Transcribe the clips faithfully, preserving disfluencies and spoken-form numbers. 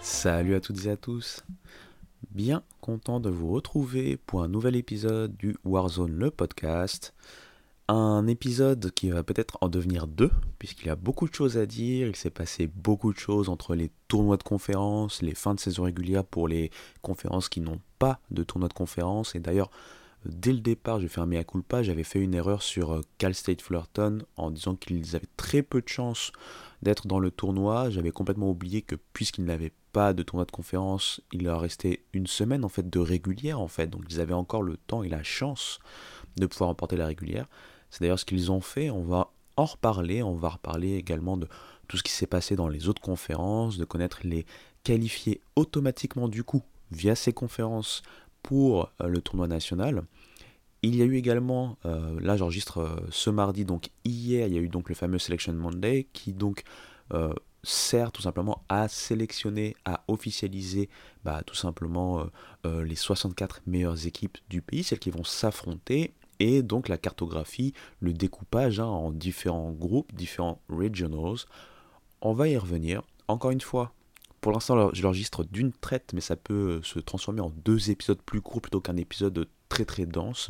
Salut à toutes et à tous, bien content de vous retrouver pour un nouvel épisode du Warzone le podcast. Un épisode qui va peut-être en devenir deux, puisqu'il y a beaucoup de choses à dire, il s'est passé beaucoup de choses entre les tournois de conférences, les fins de saison régulière pour les conférences qui n'ont pas de tournoi de conférence, et d'ailleurs, dès le départ, je vais faire un mea culpa, j'avais fait une erreur sur Cal State Fullerton en disant qu'ils avaient très peu de chances d'être dans le tournoi. J'avais complètement oublié que puisqu'ils n'avaient pas de tournoi de conférence, il leur restait une semaine en fait de régulière en fait, donc ils avaient encore le temps et la chance de pouvoir remporter la régulière. C'est d'ailleurs ce qu'ils ont fait, on va en reparler, on va reparler également de tout ce qui s'est passé dans les autres conférences, de connaître les qualifiés automatiquement du coup via ces conférences pour euh, le tournoi national. Il y a eu également, euh, là j'enregistre euh, ce mardi, donc hier, il y a eu donc le fameux Selection Monday qui donc euh, sert tout simplement à sélectionner, à officialiser bah, tout simplement euh, euh, les soixante-quatre meilleures équipes du pays, celles qui vont s'affronter, et donc la cartographie, le découpage hein, en différents groupes, différents regionals. On va y revenir. Encore une fois, pour l'instant je l'enregistre d'une traite, mais ça peut se transformer en deux épisodes plus courts plutôt qu'un épisode très très dense.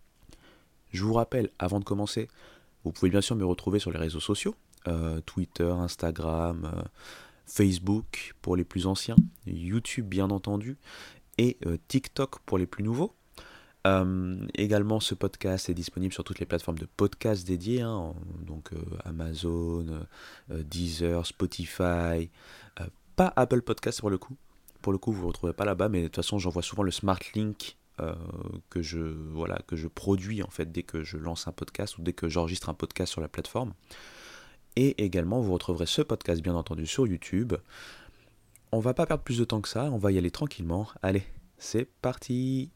Je vous rappelle, avant de commencer, vous pouvez bien sûr me retrouver sur les réseaux sociaux, euh, Twitter, Instagram, euh, Facebook pour les plus anciens, YouTube bien entendu, et euh, TikTok pour les plus nouveaux. Euh, également, ce podcast est disponible sur toutes les plateformes de podcasts dédiées, hein, donc euh, Amazon, euh, Deezer, Spotify, euh, pas Apple Podcast pour le coup. Pour le coup, vous ne le retrouvez pas là-bas, mais de toute façon, j'envoie souvent le Smart Link euh, que je voilà que je produis en fait dès que je lance un podcast ou dès que j'enregistre un podcast sur la plateforme. Et également, vous retrouverez ce podcast bien entendu sur YouTube. On va pas perdre plus de temps que ça, on va y aller tranquillement. Allez, c'est parti.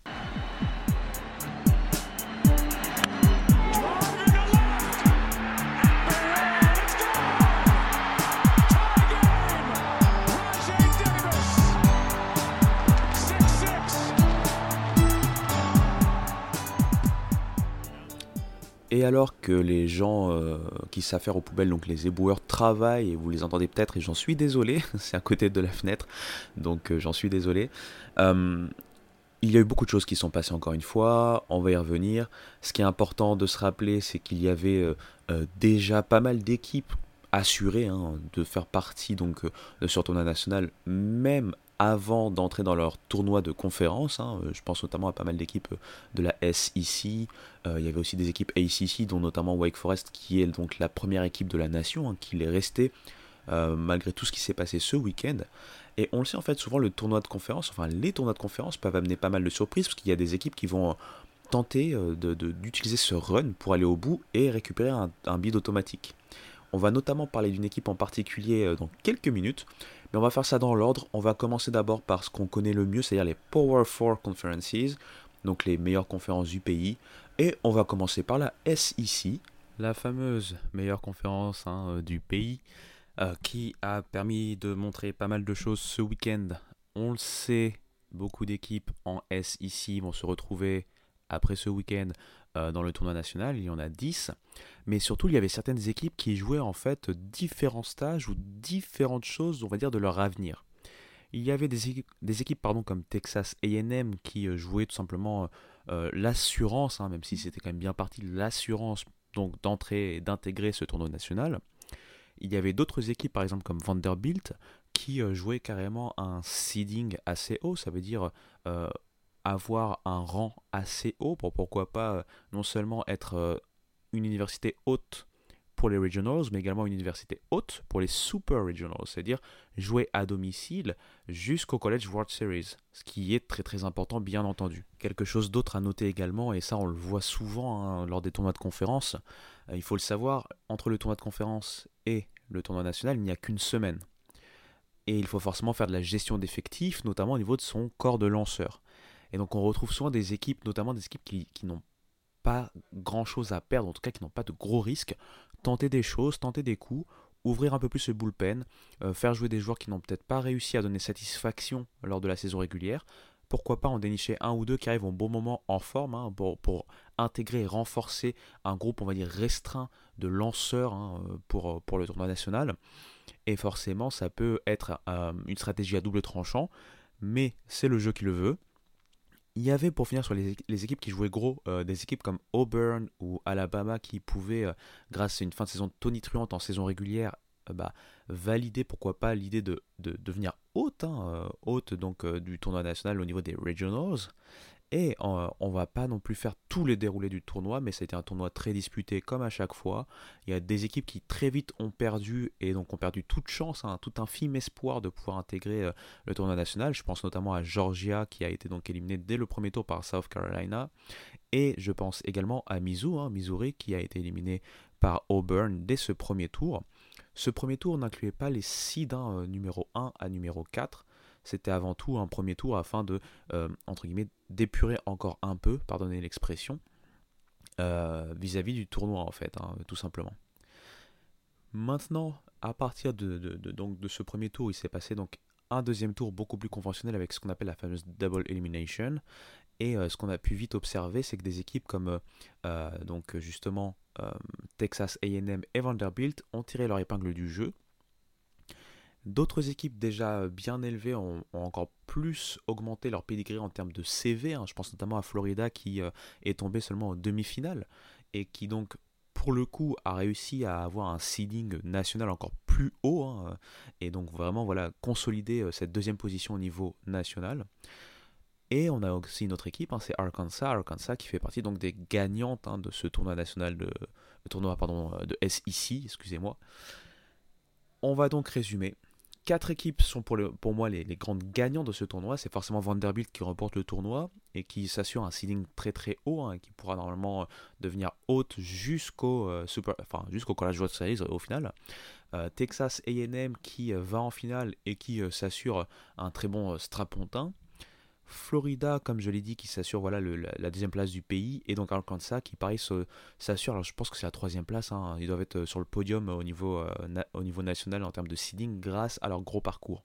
Et alors que les gens euh, qui s'affairent aux poubelles, donc les éboueurs, travaillent, et vous les entendez peut-être, et j'en suis désolé, c'est à côté de la fenêtre, donc euh, j'en suis désolé. Euh, il y a eu beaucoup de choses qui sont passées encore une fois, on va y revenir. Ce qui est important de se rappeler, c'est qu'il y avait euh, euh, déjà pas mal d'équipes assurées hein, de faire partie donc, euh, de ce tournoi national, même avant d'entrer dans leur tournoi de conférence. Hein. Je pense notamment à pas mal d'équipes de la S E C. Euh, il y avait aussi des équipes A C C, dont notamment Wake Forest, qui est donc la première équipe de la nation, hein, qui est restée euh, malgré tout ce qui s'est passé ce week-end. Et on le sait en fait, souvent le tournoi de conférence, enfin les tournois de conférence peuvent amener pas mal de surprises, parce qu'il y a des équipes qui vont tenter euh, de, de, d'utiliser ce run pour aller au bout et récupérer un, un bid automatique. On va notamment parler d'une équipe en particulier euh, dans quelques minutes, mais on va faire ça dans l'ordre. On va commencer d'abord par ce qu'on connaît le mieux, c'est-à-dire les Power four Conferences, donc les meilleures conférences du pays. Et on va commencer par la S E C, la fameuse meilleure conférence hein, du pays, euh, qui a permis de montrer pas mal de choses ce week-end. On le sait, beaucoup d'équipes en S E C vont se retrouver après ce week-end euh, dans le tournoi national, il y en a dix, mais surtout il y avait certaines équipes qui jouaient en fait différents stages ou différentes choses, on va dire, de leur avenir. Il y avait des équipes, des équipes pardon, comme Texas A and M qui euh, jouaient tout simplement euh, l'assurance, hein, même si c'était quand même bien parti, l'assurance donc d'entrer et d'intégrer ce tournoi national. Il y avait d'autres équipes, par exemple comme Vanderbilt, qui euh, jouaient carrément un seeding assez haut, ça veut dire euh, avoir un rang assez haut pour pourquoi pas euh, non seulement être euh, une université haute pour les regionals, mais également une université haute pour les super regionals, c'est-à-dire jouer à domicile jusqu'au College World Series, ce qui est très très important bien entendu. Quelque chose d'autre à noter également, et ça on le voit souvent hein, lors des tournois de conférence, euh, il faut le savoir, entre le tournoi de conférence et le tournoi national, il n'y a qu'une semaine. Et il faut forcément faire de la gestion d'effectifs, notamment au niveau de son corps de lanceur. Et donc on retrouve souvent des équipes, notamment des équipes qui, qui n'ont pas grand chose à perdre, en tout cas qui n'ont pas de gros risques, tenter des choses, tenter des coups, ouvrir un peu plus le bullpen, euh, faire jouer des joueurs qui n'ont peut-être pas réussi à donner satisfaction lors de la saison régulière. Pourquoi pas en dénicher un ou deux qui arrivent au bon moment en forme hein, pour, pour intégrer et renforcer un groupe, on va dire, restreint de lanceurs hein, pour, pour le tournoi national. Et forcément, ça peut être euh, une stratégie à double tranchant, mais c'est le jeu qui le veut. Il y avait pour finir sur les, les équipes qui jouaient gros, euh, des équipes comme Auburn ou Alabama qui pouvaient, euh, grâce à une fin de saison tonitruante en saison régulière, euh, bah, valider pourquoi pas l'idée de, de devenir haute, hein, euh, haute donc euh, du tournoi national au niveau des regionals. Et euh, on va pas non plus faire tous les déroulés du tournoi, mais c'était un tournoi très disputé comme à chaque fois. Il y a des équipes qui très vite ont perdu et donc ont perdu toute chance, hein, tout infime espoir de pouvoir intégrer euh, le tournoi national. Je pense notamment à Georgia qui a été donc éliminée dès le premier tour par South Carolina. Et je pense également à Mizzou, hein, Missouri qui a été éliminé par Auburn dès ce premier tour. Ce premier tour n'incluait pas les seeds hein, euh, numéro un à numéro quatre. C'était avant tout un premier tour afin de, euh, entre guillemets, d'épurer encore un peu, pardonnez l'expression, euh, vis-à-vis du tournoi en fait, hein, tout simplement. Maintenant, à partir de, de, de, donc, de ce premier tour, il s'est passé donc un deuxième tour beaucoup plus conventionnel avec ce qu'on appelle la fameuse double elimination. Et euh, ce qu'on a pu vite observer, c'est que des équipes comme euh, euh, donc justement euh, Texas A and M et Vanderbilt ont tiré leur épingle du jeu. D'autres équipes déjà bien élevées ont, ont encore plus augmenté leur pedigree en termes de C V, hein. Je pense notamment à Florida qui euh, est tombée seulement en demi-finale et qui donc pour le coup a réussi à avoir un seeding national encore plus haut hein, et donc vraiment voilà consolider euh, cette deuxième position au niveau national. Et on a aussi une autre équipe, hein, c'est Arkansas, Arkansas qui fait partie donc des gagnantes hein, de ce tournoi national de le tournoi pardon de S E C, excusez-moi. On va donc résumer. Quatre équipes sont pour, le, pour moi les, les grandes gagnantes de ce tournoi. C'est forcément Vanderbilt qui remporte le tournoi et qui s'assure un seeding très très haut, hein, qui pourra normalement devenir haute jusqu'au, euh, super, enfin, jusqu'au College World Series au final. Euh, Texas A and M qui euh, va en finale et qui euh, s'assure un très bon euh, strapontin. Florida, comme je l'ai dit, qui s'assure voilà, le, la, la deuxième place du pays, et donc Arkansas qui, pareil, se, s'assure, alors je pense que c'est la troisième place, hein, ils doivent être sur le podium au niveau, euh, na, au niveau national en termes de seeding grâce à leur gros parcours.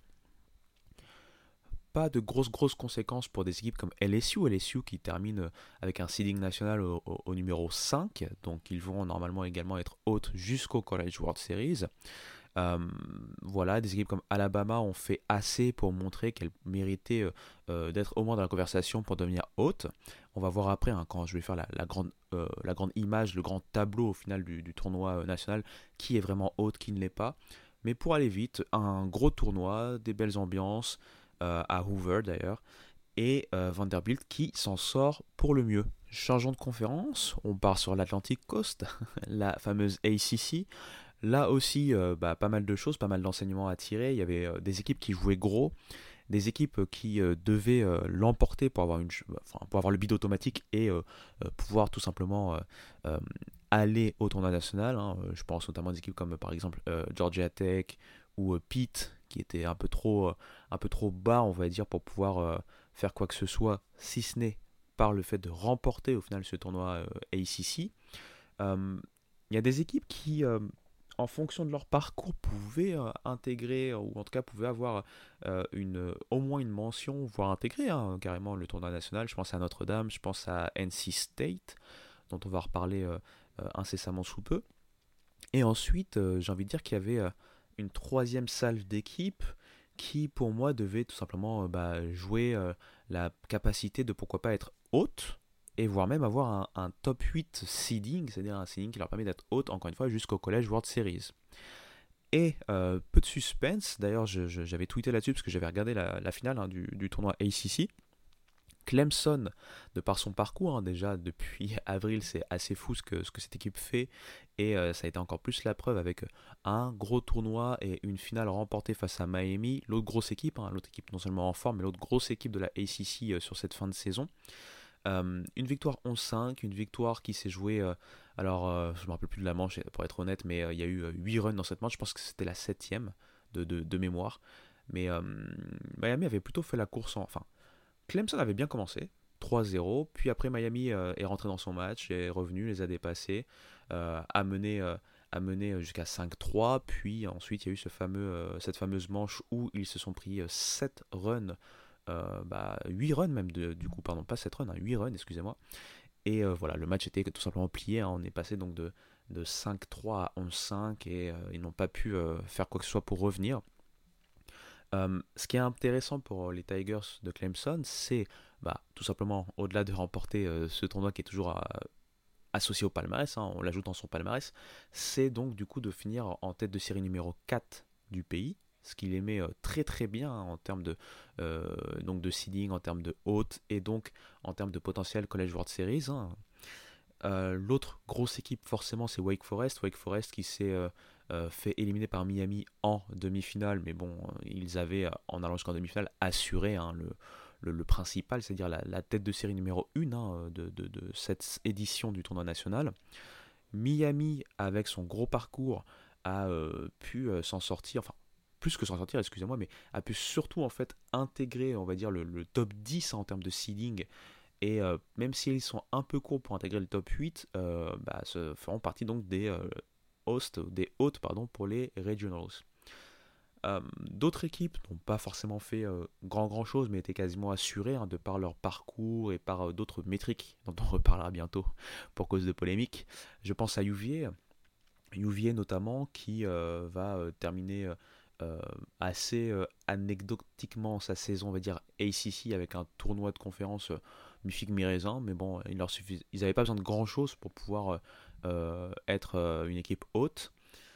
Pas de grosses grosses conséquences pour des équipes comme L S U, L S U qui termine avec un seeding national au, au, au numéro cinq, donc ils vont normalement également être hautes jusqu'au College World Series. Euh, voilà, des équipes comme Alabama ont fait assez pour montrer qu'elles méritaient euh, euh, d'être au moins dans la conversation pour devenir hautes. On va voir après, hein, quand je vais faire la, la, grande, euh, la grande image, le grand tableau au final du, du tournoi national, qui est vraiment haute, qui ne l'est pas. Mais pour aller vite, un gros tournoi, des belles ambiances, euh, à Hoover d'ailleurs, et euh, Vanderbilt qui s'en sort pour le mieux. Changeons de conférence, on part sur l'Atlantic Coast, la fameuse A C C. Là aussi, euh, bah, pas mal de choses, pas mal d'enseignements à tirer. Il y avait euh, des équipes qui jouaient gros, des équipes qui euh, devaient euh, l'emporter pour avoir, une, enfin, pour avoir le bid automatique et euh, euh, pouvoir tout simplement euh, euh, aller au tournoi national. Hein. Je pense notamment à des équipes comme euh, par exemple euh, Georgia Tech ou euh, Pitt, qui étaient un peu, trop, euh, un peu trop bas, on va dire, pour pouvoir euh, faire quoi que ce soit, si ce n'est par le fait de remporter au final ce tournoi euh, A C C. Euh, Il y a des équipes qui... Euh, en fonction de leur parcours, pouvaient euh, intégrer, ou en tout cas pouvaient avoir euh, une, au moins une mention, voire intégrer hein, carrément le tournoi national. Je pense à Notre-Dame, je pense à N C State, dont on va reparler euh, euh, incessamment sous peu. Et ensuite, euh, j'ai envie de dire qu'il y avait euh, une troisième salve d'équipe qui, pour moi, devait tout simplement euh, bah, jouer euh, la capacité de pourquoi pas être haute, et voire même avoir un, un top huit seeding, c'est-à-dire un seeding qui leur permet d'être haute, encore une fois, jusqu'au College World Series. Et euh, peu de suspense, d'ailleurs je, je, j'avais tweeté là-dessus parce que j'avais regardé la, la finale hein, du, du tournoi A C C. Clemson, de par son parcours, hein, déjà depuis avril, c'est assez fou ce que, ce que cette équipe fait, et euh, ça a été encore plus la preuve avec un gros tournoi et une finale remportée face à Miami, l'autre grosse équipe, hein, l'autre équipe non seulement en forme, mais l'autre grosse équipe de la A C C euh, sur cette fin de saison. Euh, une victoire onze cinq, une victoire qui s'est jouée, euh, alors euh, je ne me rappelle plus de la manche pour être honnête, mais euh, il y a eu euh, huit runs dans cette manche, je pense que c'était la septième de, de, de mémoire. Mais euh, Miami avait plutôt fait la course en... Enfin, Clemson avait bien commencé, trois zéro, puis après Miami euh, est rentré dans son match, est revenu, les a dépassés, euh, a mené... Euh, a mené jusqu'à cinq trois, puis ensuite il y a eu ce fameux, euh, cette fameuse manche où ils se sont pris euh, sept runs euh, bah, huit runs même de, du coup, pardon, pas sept runs, hein, huit runs, excusez-moi. Et euh, voilà, le match était tout simplement plié, hein, on est passé donc de, de cinq trois à onze cinq et euh, ils n'ont pas pu euh, faire quoi que ce soit pour revenir. Euh, ce qui est intéressant pour les Tigers de Clemson, c'est bah, tout simplement, au-delà de remporter euh, ce tournoi qui est toujours euh, associé au palmarès, hein, on l'ajoute dans son palmarès, c'est donc du coup de finir en tête de série numéro quatre du pays, ce qui les met euh, très très bien hein, en termes de, euh, donc de seeding, en termes de haute et donc en termes de potentiel College World Series. Hein. Euh, l'autre grosse équipe, forcément, c'est Wake Forest. Wake Forest qui s'est euh, euh, fait éliminer par Miami en demi-finale, mais bon, euh, ils avaient, euh, en allant jusqu'en demi-finale, assuré hein, le, le, le principal, c'est-à-dire la, la tête de série numéro un hein, de, de, de cette édition du tournoi national. Miami, avec son gros parcours, a euh, pu euh, s'en sortir, enfin, plus que s'en sortir, excusez-moi, mais a pu surtout en fait intégrer, on va dire, le, le top dix en termes de seeding et euh, même s'ils sont un peu courts pour intégrer le top huit, euh, bah, se feront partie donc des euh, hosts, des hôtes pardon, pour les Regionals. Euh, D'autres équipes n'ont pas forcément fait euh, grand grand chose, mais étaient quasiment assurées hein, de par leur parcours et par euh, d'autres métriques dont on reparlera bientôt pour cause de polémique. Je pense à U V A, U V A notamment qui euh, va euh, terminer euh, assez euh, anecdotiquement sa saison, on va dire A C C avec un tournoi de conférence euh, mi-figue mi-raisin, mais bon, il leur suffit, ils n'avaient pas besoin de grand chose pour pouvoir euh, euh, être euh, une équipe haute.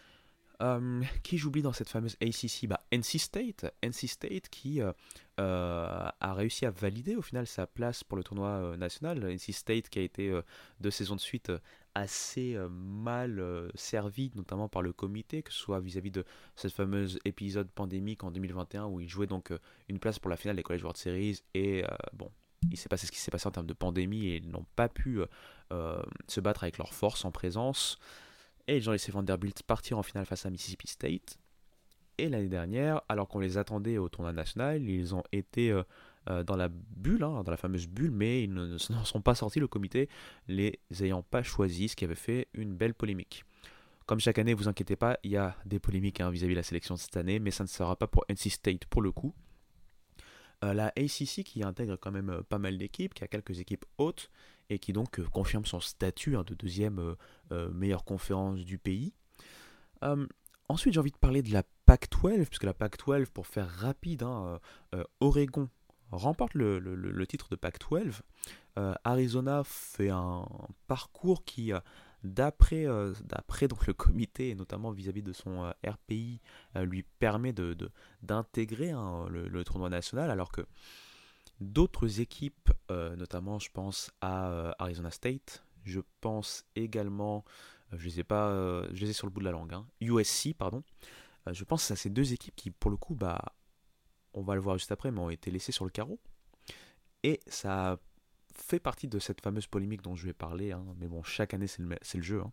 Euh, qui j'oublie dans cette fameuse A C C bah, N C State, N C State qui euh, euh, a réussi à valider au final sa place pour le tournoi euh, national. N C State qui a été euh, deux saisons de suite euh, assez euh, mal euh, servi, notamment par le comité, que ce soit vis-à-vis de cette fameuse épisode pandémique en deux mille vingt et un où ils jouaient donc euh, une place pour la finale des College World Series et euh, bon. Il s'est passé ce qui s'est passé en termes de pandémie et ils n'ont pas pu euh, euh, se battre avec leur force en présence. Et ils ont laissé Vanderbilt partir en finale face à Mississippi State. Et l'année dernière, alors qu'on les attendait au tournoi national, ils ont été euh, euh, dans la bulle, hein, dans la fameuse bulle, mais ils ne n'en sont pas sortis, le comité les ayant pas choisis, ce qui avait fait une belle polémique. Comme chaque année, vous inquiétez pas, il y a des polémiques hein, vis-à-vis de la sélection de cette année, mais ça ne sera pas pour N C State pour le coup. Euh, la A C C qui intègre quand même euh, pas mal d'équipes, qui a quelques équipes hautes et qui donc euh, confirme son statut hein, de deuxième euh, euh, meilleure conférence du pays. Euh, Ensuite, j'ai envie de parler de la Pac douze, puisque la Pac douze, pour faire rapide, hein, euh, euh, Oregon remporte le, le- le- le titre de Pac douze. Euh, Arizona fait un parcours qui, euh, d'après euh, d'après donc le comité, et notamment vis-à-vis de son euh, R P I, euh, lui permet de, de- d'intégrer hein, le, le tournoi national, alors que d'autres équipes, euh, notamment je pense à euh, Arizona State, je pense également, euh, je les ai pas, euh, je les ai sur le bout de la langue, hein, U S C pardon, euh, je pense à ces deux équipes qui pour le coup, bah, on va le voir juste après, mais ont été laissées sur le carreau. Et ça fait partie de cette fameuse polémique dont je vais parler, hein, mais bon, chaque année c'est le, c'est le jeu. Hein.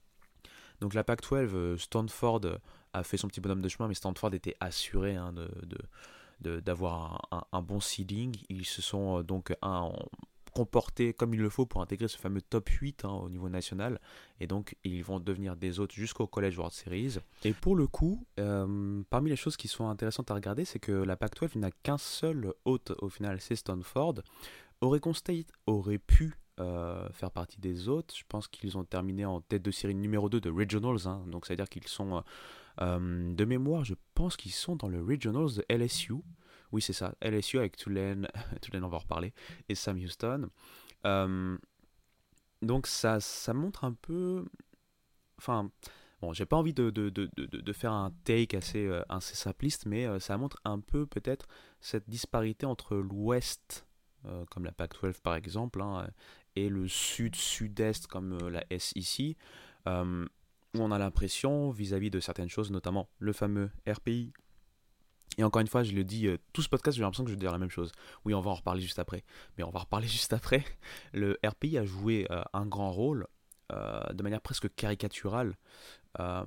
Donc la Pac douze, euh, Stanford euh, a fait son petit bonhomme de chemin, mais Stanford était assuré hein, de, de, de- d'avoir un, un- un bon seeding. Ils se sont euh, donc un, comportés comme il le faut pour intégrer ce fameux top huit hein, au niveau national. Et donc ils vont devenir des hôtes jusqu'au College World Series. Et pour le coup, euh, parmi les choses qui sont intéressantes à regarder, c'est que la Pac douze n'a qu'un seul hôte au final, c'est Stanford. Oregon State aurait pu euh, faire partie des autres. Je pense qu'ils ont terminé en tête de série numéro deux de Regionals. Hein. Donc, ça veut dire qu'ils sont, euh, euh, de mémoire, je pense qu'ils sont dans le Regionals de L S U. Oui, c'est ça, L S U avec Tulane, Tulane on va en reparler, et Sam Houston. Euh, donc, ça, ça montre un peu. Enfin, bon, j'ai pas envie de, de, de, de, de faire un take assez, euh, assez simpliste, mais euh, ça montre un peu peut-être cette disparité entre l'Ouest euh, comme la Pac douze par exemple, hein, et le sud-sud-est comme euh, la S ici, euh, où on a l'impression, vis-à-vis de certaines choses, notamment le fameux R P I, et encore une fois, je le dis, euh, tout ce podcast, j'ai l'impression que je vais dire la même chose. Oui, on va en reparler juste après, mais on va en reparler juste après. Le R P I a joué euh, un grand rôle, euh, de manière presque caricaturale, euh,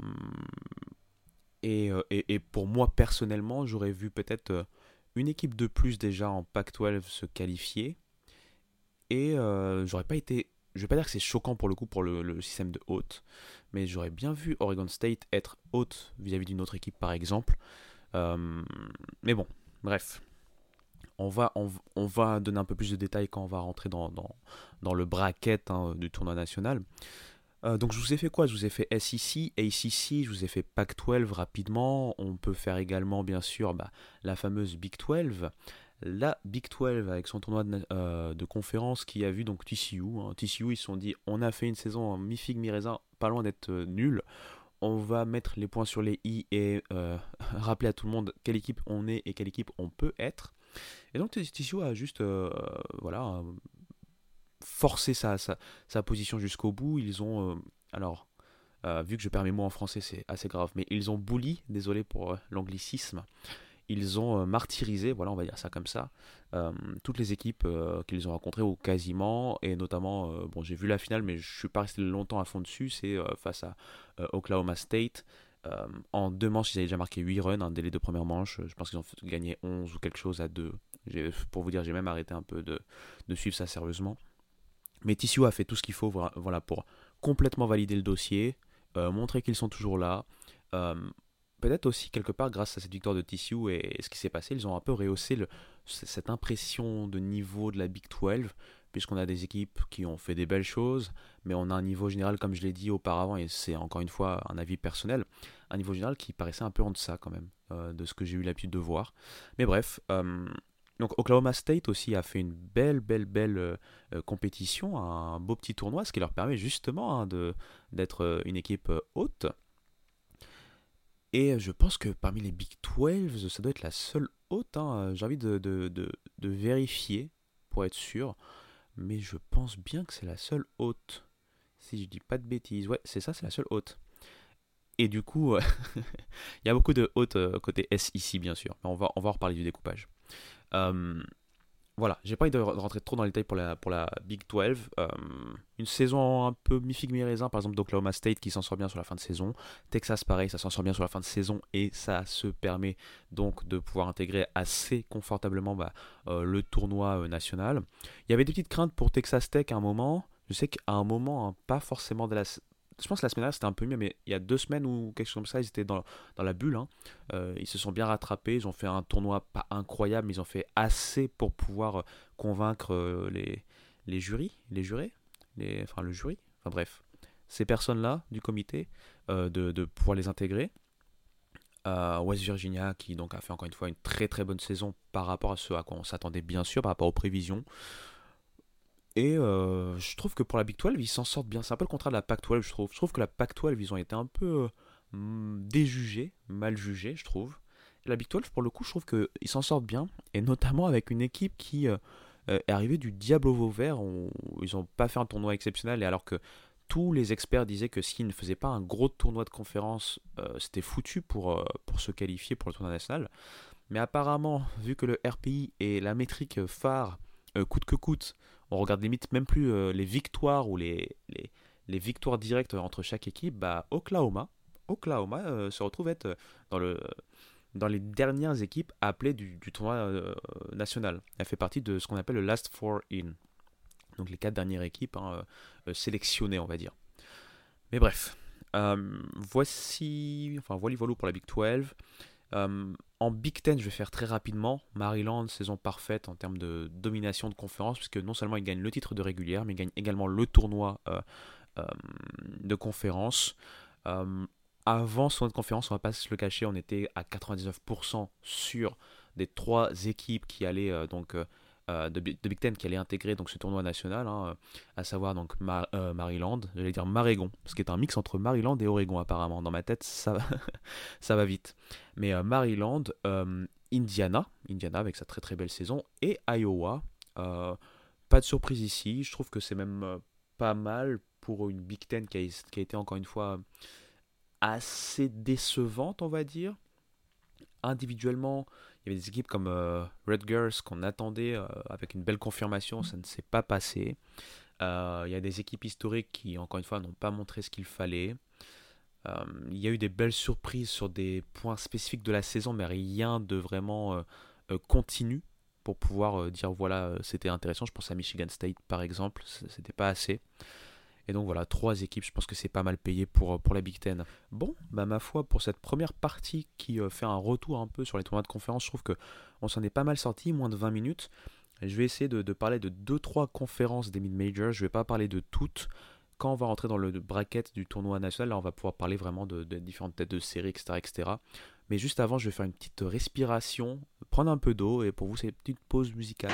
et, euh, et, et pour moi personnellement, j'aurais vu peut-être euh, une équipe de plus déjà en Pac douze se qualifier. Et euh, j'aurais pas été. Je vais pas dire que c'est choquant pour le coup pour le, le système de haute, mais j'aurais bien vu Oregon State être haute vis-à-vis d'une autre équipe par exemple. Euh, mais bon, bref. On va, on, on va donner un peu plus de détails quand on va rentrer dans, dans, dans le bracket hein, du tournoi national. Euh, donc je vous ai fait quoi? Je vous ai fait S E C, A C C, je vous ai fait Pac douze rapidement. On peut faire également bien sûr bah, la fameuse Big douze. La Big douze avec son tournoi de, euh, de conférence qui a vu donc T C U. Hein. T C U ils se sont dit on a fait une saison mi-figue mi-raisin, pas loin d'être euh, nul. On va mettre les points sur les i et euh, rappeler à tout le monde quelle équipe on est et quelle équipe on peut être. Et donc T C U a juste euh, voilà forcé sa, sa, sa position jusqu'au bout. Ils ont euh, alors euh, vu que je perds mes mots en français, c'est assez grave, mais ils ont bully, désolé pour euh, l'anglicisme, ils ont euh, martyrisé, voilà, on va dire ça comme ça, euh, toutes les équipes euh, qu'ils ont rencontrées, ou quasiment, et notamment, euh, bon, j'ai vu la finale, mais je suis pas resté longtemps à fond dessus, c'est euh, face à euh, Oklahoma State. Euh, en deux manches, ils avaient déjà marqué huit runs, un délai de première manche, je pense qu'ils ont gagné onze ou quelque chose à deux. J'ai, pour vous dire, j'ai même arrêté un peu de, de suivre ça sérieusement. Mais T C U a fait tout ce qu'il faut voilà, pour complètement valider le dossier, euh, montrer qu'ils sont toujours là. Euh, Peut-être aussi quelque part grâce à cette victoire de T C U et ce qui s'est passé, ils ont un peu rehaussé le, cette impression de niveau de la Big douze, puisqu'on a des équipes qui ont fait des belles choses, mais on a un niveau général, comme je l'ai dit auparavant, et c'est encore une fois un avis personnel, un niveau général qui paraissait un peu en deçà quand même, euh, de ce que j'ai eu l'habitude de voir. Mais bref, euh, donc Oklahoma State aussi a fait une belle, belle, belle euh, euh, compétition, un beau petit tournoi, ce qui leur permet justement hein, de, d'être euh, une équipe euh, haute. Et je pense que parmi les Big douze, ça doit être la seule haute. Hein. J'ai envie de, de, de, de vérifier pour être sûr, mais je pense bien que c'est la seule haute. Si je dis pas de bêtises, ouais, c'est ça, c'est la seule haute. Et du coup, il y a beaucoup de hautes euh, côté S ici, bien sûr, mais on va, on va en reparler du découpage. Euh, Voilà, j'ai pas envie de rentrer trop dans les détails pour la, pour la Big douze. Euh, une saison un peu mi-figue mi-raisin, par exemple d'Oklahoma State qui s'en sort bien sur la fin de saison. Texas, pareil, ça s'en sort bien sur la fin de saison et ça se permet donc de pouvoir intégrer assez confortablement bah, euh, le tournoi euh, national. Il y avait des petites craintes pour Texas Tech à un moment. Je sais qu'à un moment, hein, pas forcément de la, je pense que la semaine dernière c'était un peu mieux, mais il y a deux semaines ou quelque chose comme ça, ils étaient dans, dans la bulle. Hein. Euh, ils se sont bien rattrapés, ils ont fait un tournoi pas incroyable, mais ils ont fait assez pour pouvoir euh, convaincre euh, les, les jurys, les jurés, les, enfin le jury, enfin bref, ces personnes-là du comité, euh, de, de pouvoir les intégrer. Euh, West Virginia qui donc a fait encore une fois une très très bonne saison par rapport à ce à quoi on s'attendait bien sûr, par rapport aux prévisions. Et euh, je trouve que pour la Big douze, ils s'en sortent bien. C'est un peu le contraire de la Pac douze, je trouve. Je trouve que la Pac douze, ils ont été un peu euh, déjugés, mal jugés, je trouve. Et la Big douze, pour le coup, je trouve qu'ils s'en sortent bien. Et notamment avec une équipe qui euh, euh, est arrivée du diable au Vauvert. On- ils n'ont pas fait un tournoi exceptionnel. Et alors que tous les experts disaient que s'ils ne faisaient pas un gros tournoi de conférence, euh, c'était foutu pour, euh, pour se qualifier pour le tournoi national. Mais apparemment, vu que le R P I est la métrique phare, euh, coûte que coûte, on regarde limite même plus euh, les victoires ou les, les, les victoires directes entre chaque équipe, bah Oklahoma, Oklahoma euh, se retrouve être dans, le, dans les dernières équipes appelées du, du tournoi euh, national. Elle fait partie de ce qu'on appelle le Last Four In. Donc les quatre dernières équipes hein, euh, sélectionnées, on va dire. Mais bref, euh, voici, enfin voilà, voilà pour la Big douze. Euh, en Big Ten, je vais faire très rapidement. Maryland, saison parfaite en termes de domination de conférence, puisque non seulement ils gagnent le titre de régulière, mais ils gagnent également le tournoi euh, euh, de conférence. Euh, Avant ce tournoi de conférence, on va pas se le cacher, on était à quatre-vingt-dix-neuf pour cent sûr des trois équipes qui allaient euh, donc euh, euh, de, de Big Ten qui allaient intégrer donc ce tournoi national, hein, à savoir donc Mar- euh, Maryland, j'allais dire Marégon, ce qui est un mix entre Maryland et Oregon apparemment. Dans ma tête, ça va, ça va vite. Mais euh, Maryland, euh, Indiana, Indiana avec sa très très belle saison, et Iowa. Euh, pas de surprise ici, je trouve que c'est même euh, pas mal pour une Big Ten qui a, qui a été encore une fois assez décevante, on va dire. Individuellement, il y avait des équipes comme euh, Rutgers qu'on attendait euh, avec une belle confirmation, ça ne s'est pas passé. Euh, il y a des équipes historiques qui, encore une fois, n'ont pas montré ce qu'il fallait. Euh, il y a eu des belles surprises sur des points spécifiques de la saison, mais rien de vraiment euh, euh, continu pour pouvoir euh, dire voilà, euh, c'était intéressant. Je pense à Michigan State par exemple, c'était pas assez. Et donc voilà, trois équipes, je pense que c'est pas mal payé pour, pour la Big Ten. Bon, bah ma foi, pour cette première partie qui euh, fait un retour un peu sur les tournois de conférence, je trouve que on s'en est pas mal sorti, moins de vingt minutes. Je vais essayer de, de parler de deux trois conférences des mid-majors, je vais pas parler de toutes. quand on va rentrer dans le bracket du tournoi national, là on va pouvoir parler vraiment de, de différentes têtes de série, et cetera, et cetera. Mais juste avant, je vais faire une petite respiration, prendre un peu d'eau, et pour vous, c'est une petite pause musicale.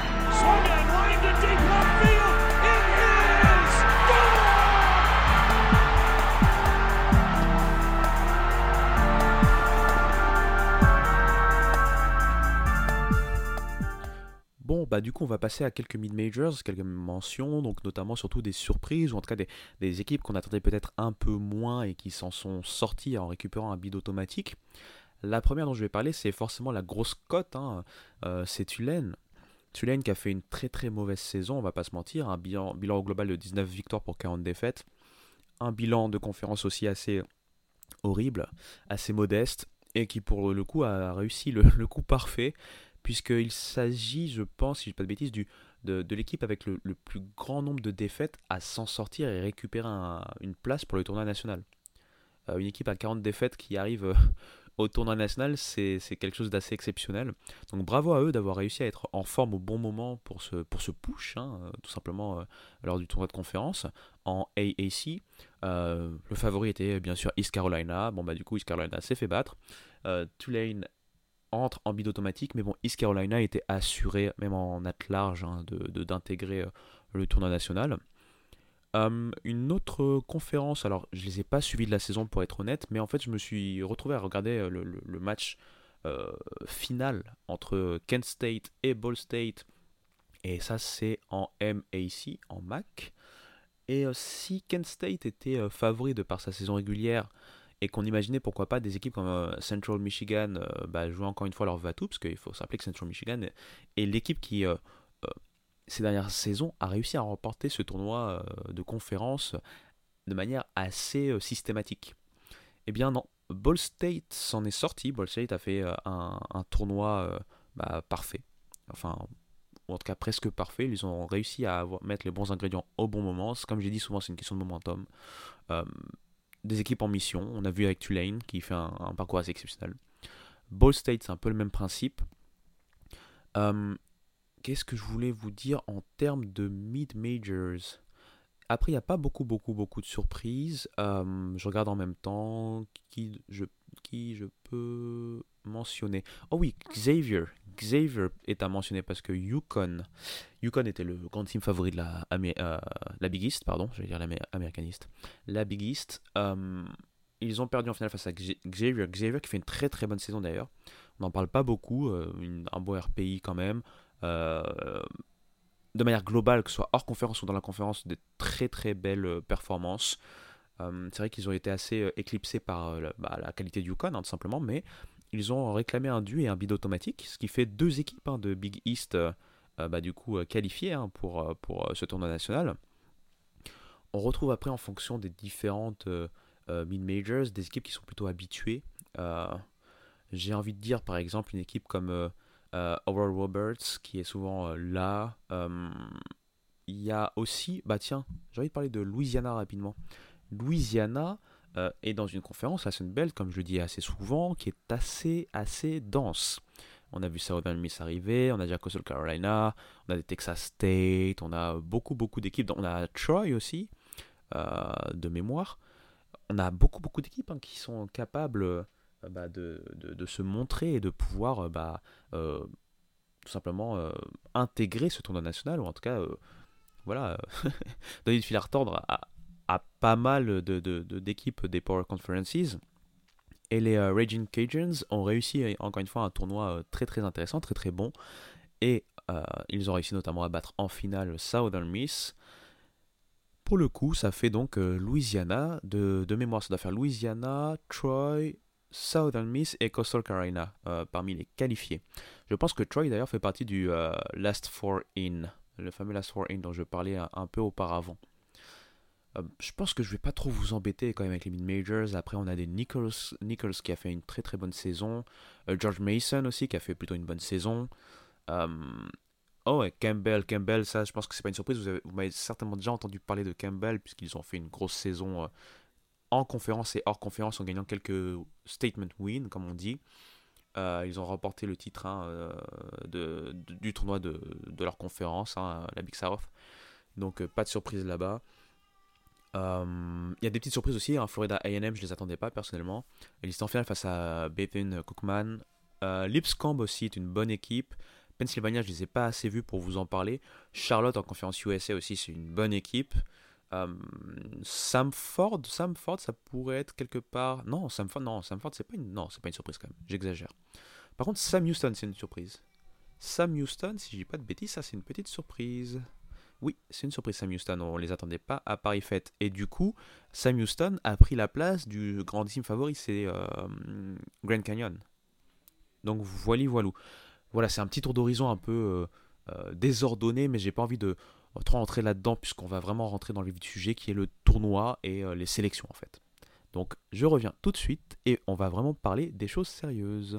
Bon, bah du coup, on va passer à quelques mid-majors, quelques mentions, donc notamment surtout des surprises, ou en tout cas des, des équipes qu'on attendait peut-être un peu moins et qui s'en sont sorties en récupérant un bid automatique. La première dont je vais parler, c'est forcément la grosse cote, hein. Euh, c'est Tulane. Tulane qui a fait une très très mauvaise saison, on va pas se mentir, un bilan, bilan au global de dix-neuf victoires pour quarante défaites, un bilan de conférence aussi assez horrible, assez modeste, et qui pour le coup a réussi le, le coup parfait, puisqu'il s'agit, je pense, si je ne dis pas de bêtises, du, de, de l'équipe avec le, le plus grand nombre de défaites à s'en sortir et récupérer un- une place pour le tournoi national. Euh, une équipe à quarante défaites qui arrive euh, au tournoi national, c'est, c'est quelque chose d'assez exceptionnel. Donc bravo à eux d'avoir réussi à être en forme au bon moment pour ce, pour ce push, hein, euh, tout simplement euh, lors du tournoi de conférence en A A C. Euh, le favori était bien sûr East Carolina. Bon bah du coup East Carolina s'est fait battre. Euh, Tulane entre en bid automatique, mais bon, East Carolina était assuré, même en at large, hein, de, de- d'intégrer euh, le tournoi national. Euh, une autre conférence, alors je les ai pas suivis de la saison pour être honnête, mais en fait je me suis retrouvé à regarder euh, le, le- le match euh, final entre Kent State et Ball State, et ça c'est en M A C, en M A C. Et euh, si Kent State était euh, favori de par sa saison régulière et qu'on imaginait pourquoi pas des équipes comme euh, Central Michigan euh, bah, jouer encore une fois leur va-tout, parce qu'il faut se rappeler que Central Michigan est, est l'équipe qui, euh, euh, ces dernières saisons, a réussi à remporter ce tournoi euh, de conférence de manière assez euh, systématique. Eh bien non, Ball State s'en est sorti. Ball State a fait euh, un, un tournoi euh, bah, parfait. Enfin, ou en tout cas presque parfait. Ils ont réussi à avoir- mettre les bons ingrédients au bon moment. Comme j'ai dit souvent, c'est une question de momentum. Euh, des équipes en mission. On a vu avec Tulane qui fait un, un parcours assez exceptionnel. Ball State, c'est un peu le même principe. Euh, Qu'est-ce que je voulais vous dire en termes de mid-majors? Après, il n'y a pas beaucoup, beaucoup, beaucoup de surprises. Euh, je regarde en même temps qui je, qui je peux mentionner. Oh oui, Xavier. Xavier est à mentionner parce que Yukon, Yukon était le grand team favori de la, Amé- euh, la Big East, pardon, je vais dire l'américaniste. La Big East. Euh, ils ont perdu en finale face à X- Xavier. Xavier qui fait une très très bonne saison d'ailleurs. On n'en parle pas beaucoup, euh, une- un bon R P I quand même. Euh, de manière globale, que ce soit hors conférence ou dans la conférence, des très très belles euh, performances. Euh, c'est vrai qu'ils ont été assez euh, éclipsés par euh, la, bah, la qualité du Yukon, hein, tout simplement, mais ils ont réclamé un dû et un bid automatique, ce qui fait deux équipes hein, de Big East euh, euh, bah, du coup euh, qualifiées hein, pour, euh, pour euh, ce tournoi national. On retrouve après en fonction des différentes euh, euh, mid-majors des équipes qui sont plutôt habituées. Euh, J'ai envie de dire par exemple une équipe comme euh, euh, Oral Roberts qui est souvent euh, là. Euh, Il y a aussi, bah tiens, j'ai envie de parler de Louisiana rapidement. Louisiana euh, est dans une conférence, la Sun Belt, comme je le dis assez souvent, qui est assez, assez dense. On a vu Southern Miss arriver, on a déjà Coastal Carolina, on a des Texas State, on a beaucoup, beaucoup d'équipes. On a Troy aussi, euh, de mémoire. On a beaucoup, beaucoup d'équipes hein, qui sont capables euh, bah, de, de, de se montrer et de pouvoir euh, bah, euh, tout simplement euh, intégrer ce tournoi national, ou en tout cas euh, voilà, euh, donner du fil à retordre à, à pas mal de, de- de- d'équipes des Power Conferences. Et les euh, Raging Cajuns ont réussi, euh, encore une fois, un tournoi euh, très très intéressant, très très bon. Et euh, ils ont réussi notamment à battre en finale Southern Miss. Pour le coup, ça fait donc euh, Louisiana, de, de mémoire, ça doit faire Louisiana, Troy, Southern Miss et Coastal Carolina euh, parmi les qualifiés. Je pense que Troy d'ailleurs fait partie du euh, Last Four In, le fameux Last Four In dont je parlais un, un peu auparavant. Euh, je pense que je vais pas trop vous embêter quand même avec les mid-majors. Après, on a des Nichols, Nichols qui a fait une très très bonne saison. Euh, George Mason aussi qui a fait plutôt une bonne saison. Euh, oh, et Campbell, Campbell, ça je pense que c'est pas une surprise. Vous, avez- vous m'avez certainement déjà entendu parler de Campbell puisqu'ils ont fait une grosse saison euh, en conférence et hors conférence en gagnant quelques statement wins, comme on dit. Euh, ils ont remporté le titre hein, euh, de, de- du tournoi de, de leur conférence, hein, la Big South. Donc euh, pas de surprise là-bas. Euh, Il y a des petites surprises aussi, hein. Florida A and M, je les attendais pas personnellement. Ils étaient en finale face à Bethune-Cookman. Euh, Lipscomb aussi est une bonne équipe. Pennsylvania, je les ai pas assez vus pour vous en parler. Charlotte en conférence U S A aussi, c'est une bonne équipe. Euh, Samford, Samford, ça pourrait être quelque part. Non, Samford, non, Samford, c'est pas une, non, c'est pas une surprise quand même. J'exagère. Par contre, Sam Houston, c'est une surprise. Sam Houston, si je dis pas de bêtises, ça c'est une petite surprise. Oui, c'est une surprise, Sam Houston. On les attendait pas à Paris Fête. Et du coup, Sam Houston a pris la place du grandissime favori, c'est euh, Grand Canyon. Donc voilà, voilou. Voilà, c'est un petit tour d'horizon un peu euh, euh, désordonné, mais j'ai pas envie de trop rentrer là-dedans, puisqu'on va vraiment rentrer dans le vif du sujet, qui est le tournoi et euh, les sélections en fait. Donc je reviens tout de suite et on va vraiment parler des choses sérieuses.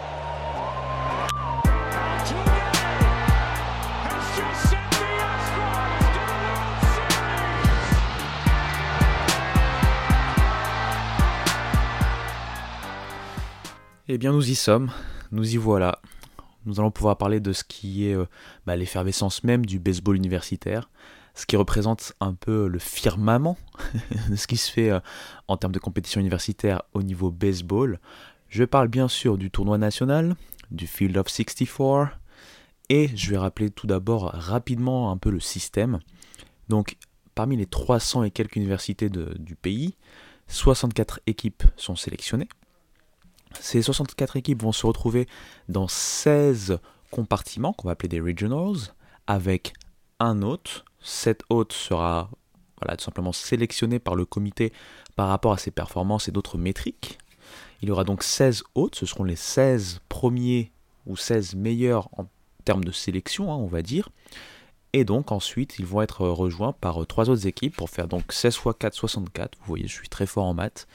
Eh bien nous y sommes, nous y voilà. Nous allons pouvoir parler de ce qui est euh, bah, l'effervescence même du baseball universitaire, ce qui représente un peu le firmament de ce qui se fait euh, en termes de compétition universitaire au niveau baseball. Je parle bien sûr du tournoi national, du Field of soixante-quatre, et je vais rappeler tout d'abord rapidement un peu le système. Donc parmi les trois cents et quelques universités de, du pays, soixante-quatre équipes sont sélectionnées. Ces soixante-quatre équipes vont se retrouver dans seize compartiments qu'on va appeler des regionals, avec un hôte. Cet hôte sera voilà, tout simplement sélectionné par le comité par rapport à ses performances et d'autres métriques. Il y aura donc seize hôtes, ce seront les seize premiers ou seize meilleurs en termes de sélection, hein, on va dire. Et donc ensuite, ils vont être rejoints par trois autres équipes pour faire donc seize fois quatre, soixante-quatre. Vous voyez, je suis très fort en maths.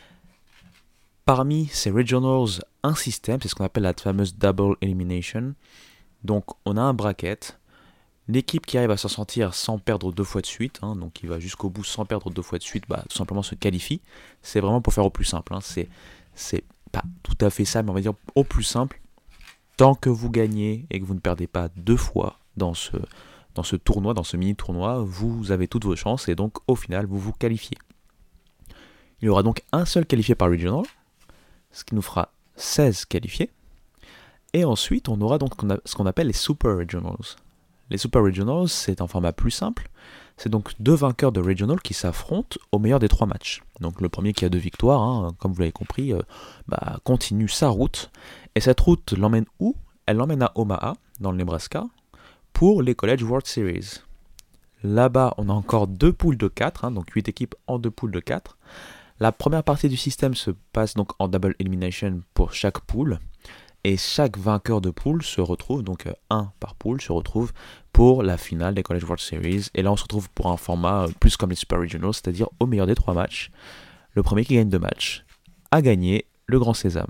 Parmi ces regionals, un système, c'est ce qu'on appelle la fameuse double elimination. Donc on a un bracket. L'équipe qui arrive à s'en sortir sans perdre deux fois de suite, hein, donc qui va jusqu'au bout sans perdre deux fois de suite, bah, tout simplement se qualifie. C'est vraiment pour faire au plus simple. Hein. C'est, c'est pas tout à fait ça, mais on va dire au plus simple. Tant que vous gagnez et que vous ne perdez pas deux fois dans ce, dans ce tournoi, dans ce mini-tournoi, vous avez toutes vos chances et donc au final, vous vous qualifiez. Il y aura donc un seul qualifié par regional, ce qui nous fera seize qualifiés. Et ensuite, on aura donc ce qu'on appelle les Super Regionals. Les Super Regionals, c'est un format plus simple. C'est donc deux vainqueurs de Regional qui s'affrontent au meilleur des trois matchs. Donc le premier qui a deux victoires, hein, comme vous l'avez compris, euh, bah, continue sa route. Et cette route l'emmène où ? Elle l'emmène à Omaha, dans le Nebraska, pour les College World Series. Là-bas, on a encore deux poules de quatre, hein, donc huit équipes en deux poules de quatre. La première partie du système se passe donc en double elimination pour chaque poule. Et chaque vainqueur de poule se retrouve, donc un par poule, se retrouve pour la finale des College World Series. Et là, on se retrouve pour un format plus comme les Super Regionals, c'est-à-dire au meilleur des trois matchs. Le premier qui gagne deux matchs a gagné le Grand Sésame.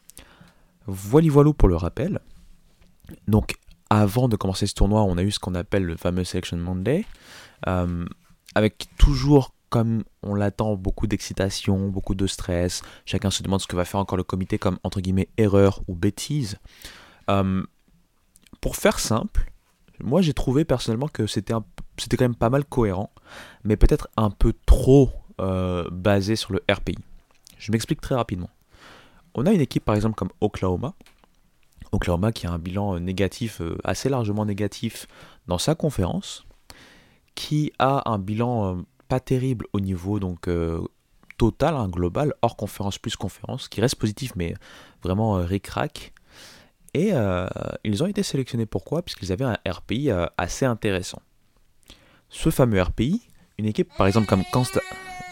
Voilà voilou pour le rappel. Donc, avant de commencer ce tournoi, on a eu ce qu'on appelle le fameux Selection Monday, euh, avec toujours, comme on l'attend, beaucoup d'excitation, beaucoup de stress. Chacun se demande ce que va faire encore le comité comme, entre guillemets, erreur ou bêtise. Euh, pour faire simple, moi j'ai trouvé personnellement que c'était, un, c'était quand même pas mal cohérent, mais peut-être un peu trop euh, basé sur le R P I. Je m'explique très rapidement. On a une équipe par exemple comme Oklahoma, Oklahoma qui a un bilan négatif, euh, assez largement négatif dans sa conférence, qui a un bilan euh, pas terrible au niveau donc euh, total, hein, global, hors conférence plus conférence, qui reste positif mais vraiment euh, ric-rac. Et euh, ils ont été sélectionnés pourquoi ? Puisqu'ils avaient un R P I euh, assez intéressant. Ce fameux R P I, une équipe par exemple comme Kansas...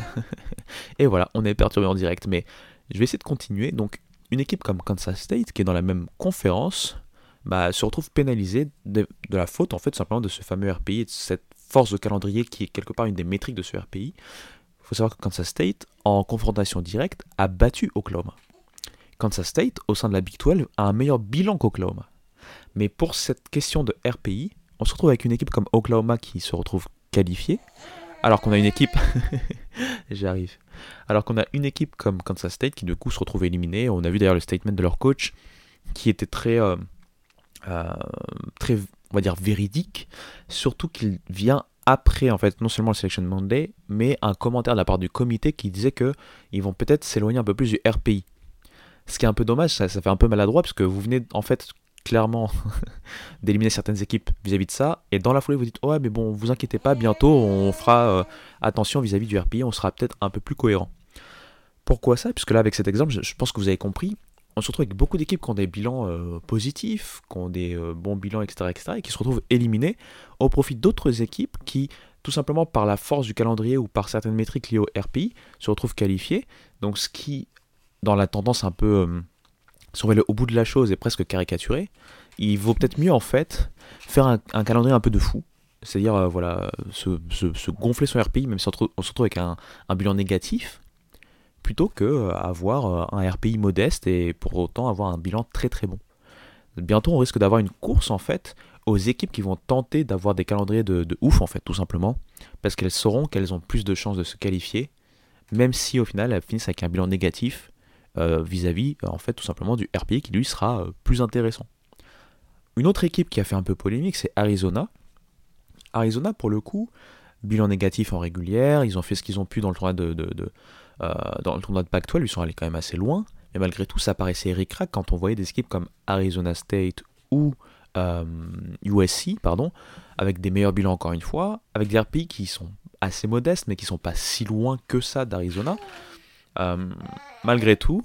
Et voilà, on est perturbé en direct, mais je vais essayer de continuer. Donc une équipe comme Kansas State, qui est dans la même conférence, bah, se retrouve pénalisée de, de la faute en fait simplement de ce fameux R P I et de cette force de calendrier qui est quelque part une des métriques de ce R P I. Il faut savoir que Kansas State, en confrontation directe, a battu Oklahoma. Kansas State, au sein de la Big douze, a un meilleur bilan qu'Oklahoma. Mais pour cette question de R P I, on se retrouve avec une équipe comme Oklahoma qui se retrouve qualifiée, alors qu'on a une équipe... J'arrive. Alors qu'on a une équipe comme Kansas State qui du coup se retrouve éliminée. On a vu d'ailleurs le statement de leur coach qui était très... Euh, euh, très on va dire véridique, surtout qu'il vient après, en fait, non seulement le Selection Monday, mais un commentaire de la part du comité qui disait que ils vont peut-être s'éloigner un peu plus du R P I. Ce qui est un peu dommage, ça, ça fait un peu maladroit, parce que vous venez, en fait, clairement d'éliminer certaines équipes vis-à-vis de ça, et dans la foulée, vous dites, ouais, mais bon, vous inquiétez pas, bientôt, on fera euh, attention vis-à-vis du R P I, on sera peut-être un peu plus cohérent. Pourquoi ça? Puisque là, avec cet exemple, je, je pense que vous avez compris, on se retrouve avec beaucoup d'équipes qui ont des bilans euh, positifs, qui ont des euh, bons bilans, et cetera, et cetera, et qui se retrouvent éliminées au profit d'autres équipes qui, tout simplement par la force du calendrier ou par certaines métriques liées au R P I, se retrouvent qualifiées. Donc, ce qui, dans la tendance un peu, euh, si on va aller au bout de la chose, est presque caricaturé, il vaut peut-être mieux, en fait, faire un, un calendrier un peu de fou. C'est-à-dire, euh, voilà, se, se, se gonfler son R P I, même si on se retrouve, on se retrouve avec un, un bilan négatif, plutôt que avoir un R P I modeste et pour autant avoir un bilan très très bon. Bientôt, on risque d'avoir une course en fait aux équipes qui vont tenter d'avoir des calendriers de, de ouf en fait, tout simplement, parce qu'elles sauront qu'elles ont plus de chances de se qualifier, même si au final elles finissent avec un bilan négatif euh, vis-à-vis en fait tout simplement du R P I qui lui sera euh, plus intéressant. Une autre équipe qui a fait un peu polémique, c'est Arizona. Arizona pour le coup, bilan négatif en régulière, ils ont fait ce qu'ils ont pu dans le tournoi de, de, de euh, dans le tournoi de Pac douze, ils sont allés quand même assez loin, mais malgré tout ça paraissait ric-rac quand on voyait des équipes comme Arizona State ou euh, U S C, pardon, avec des meilleurs bilans encore une fois, avec des R P I qui sont assez modestes mais qui sont pas si loin que ça d'Arizona. Euh, malgré tout,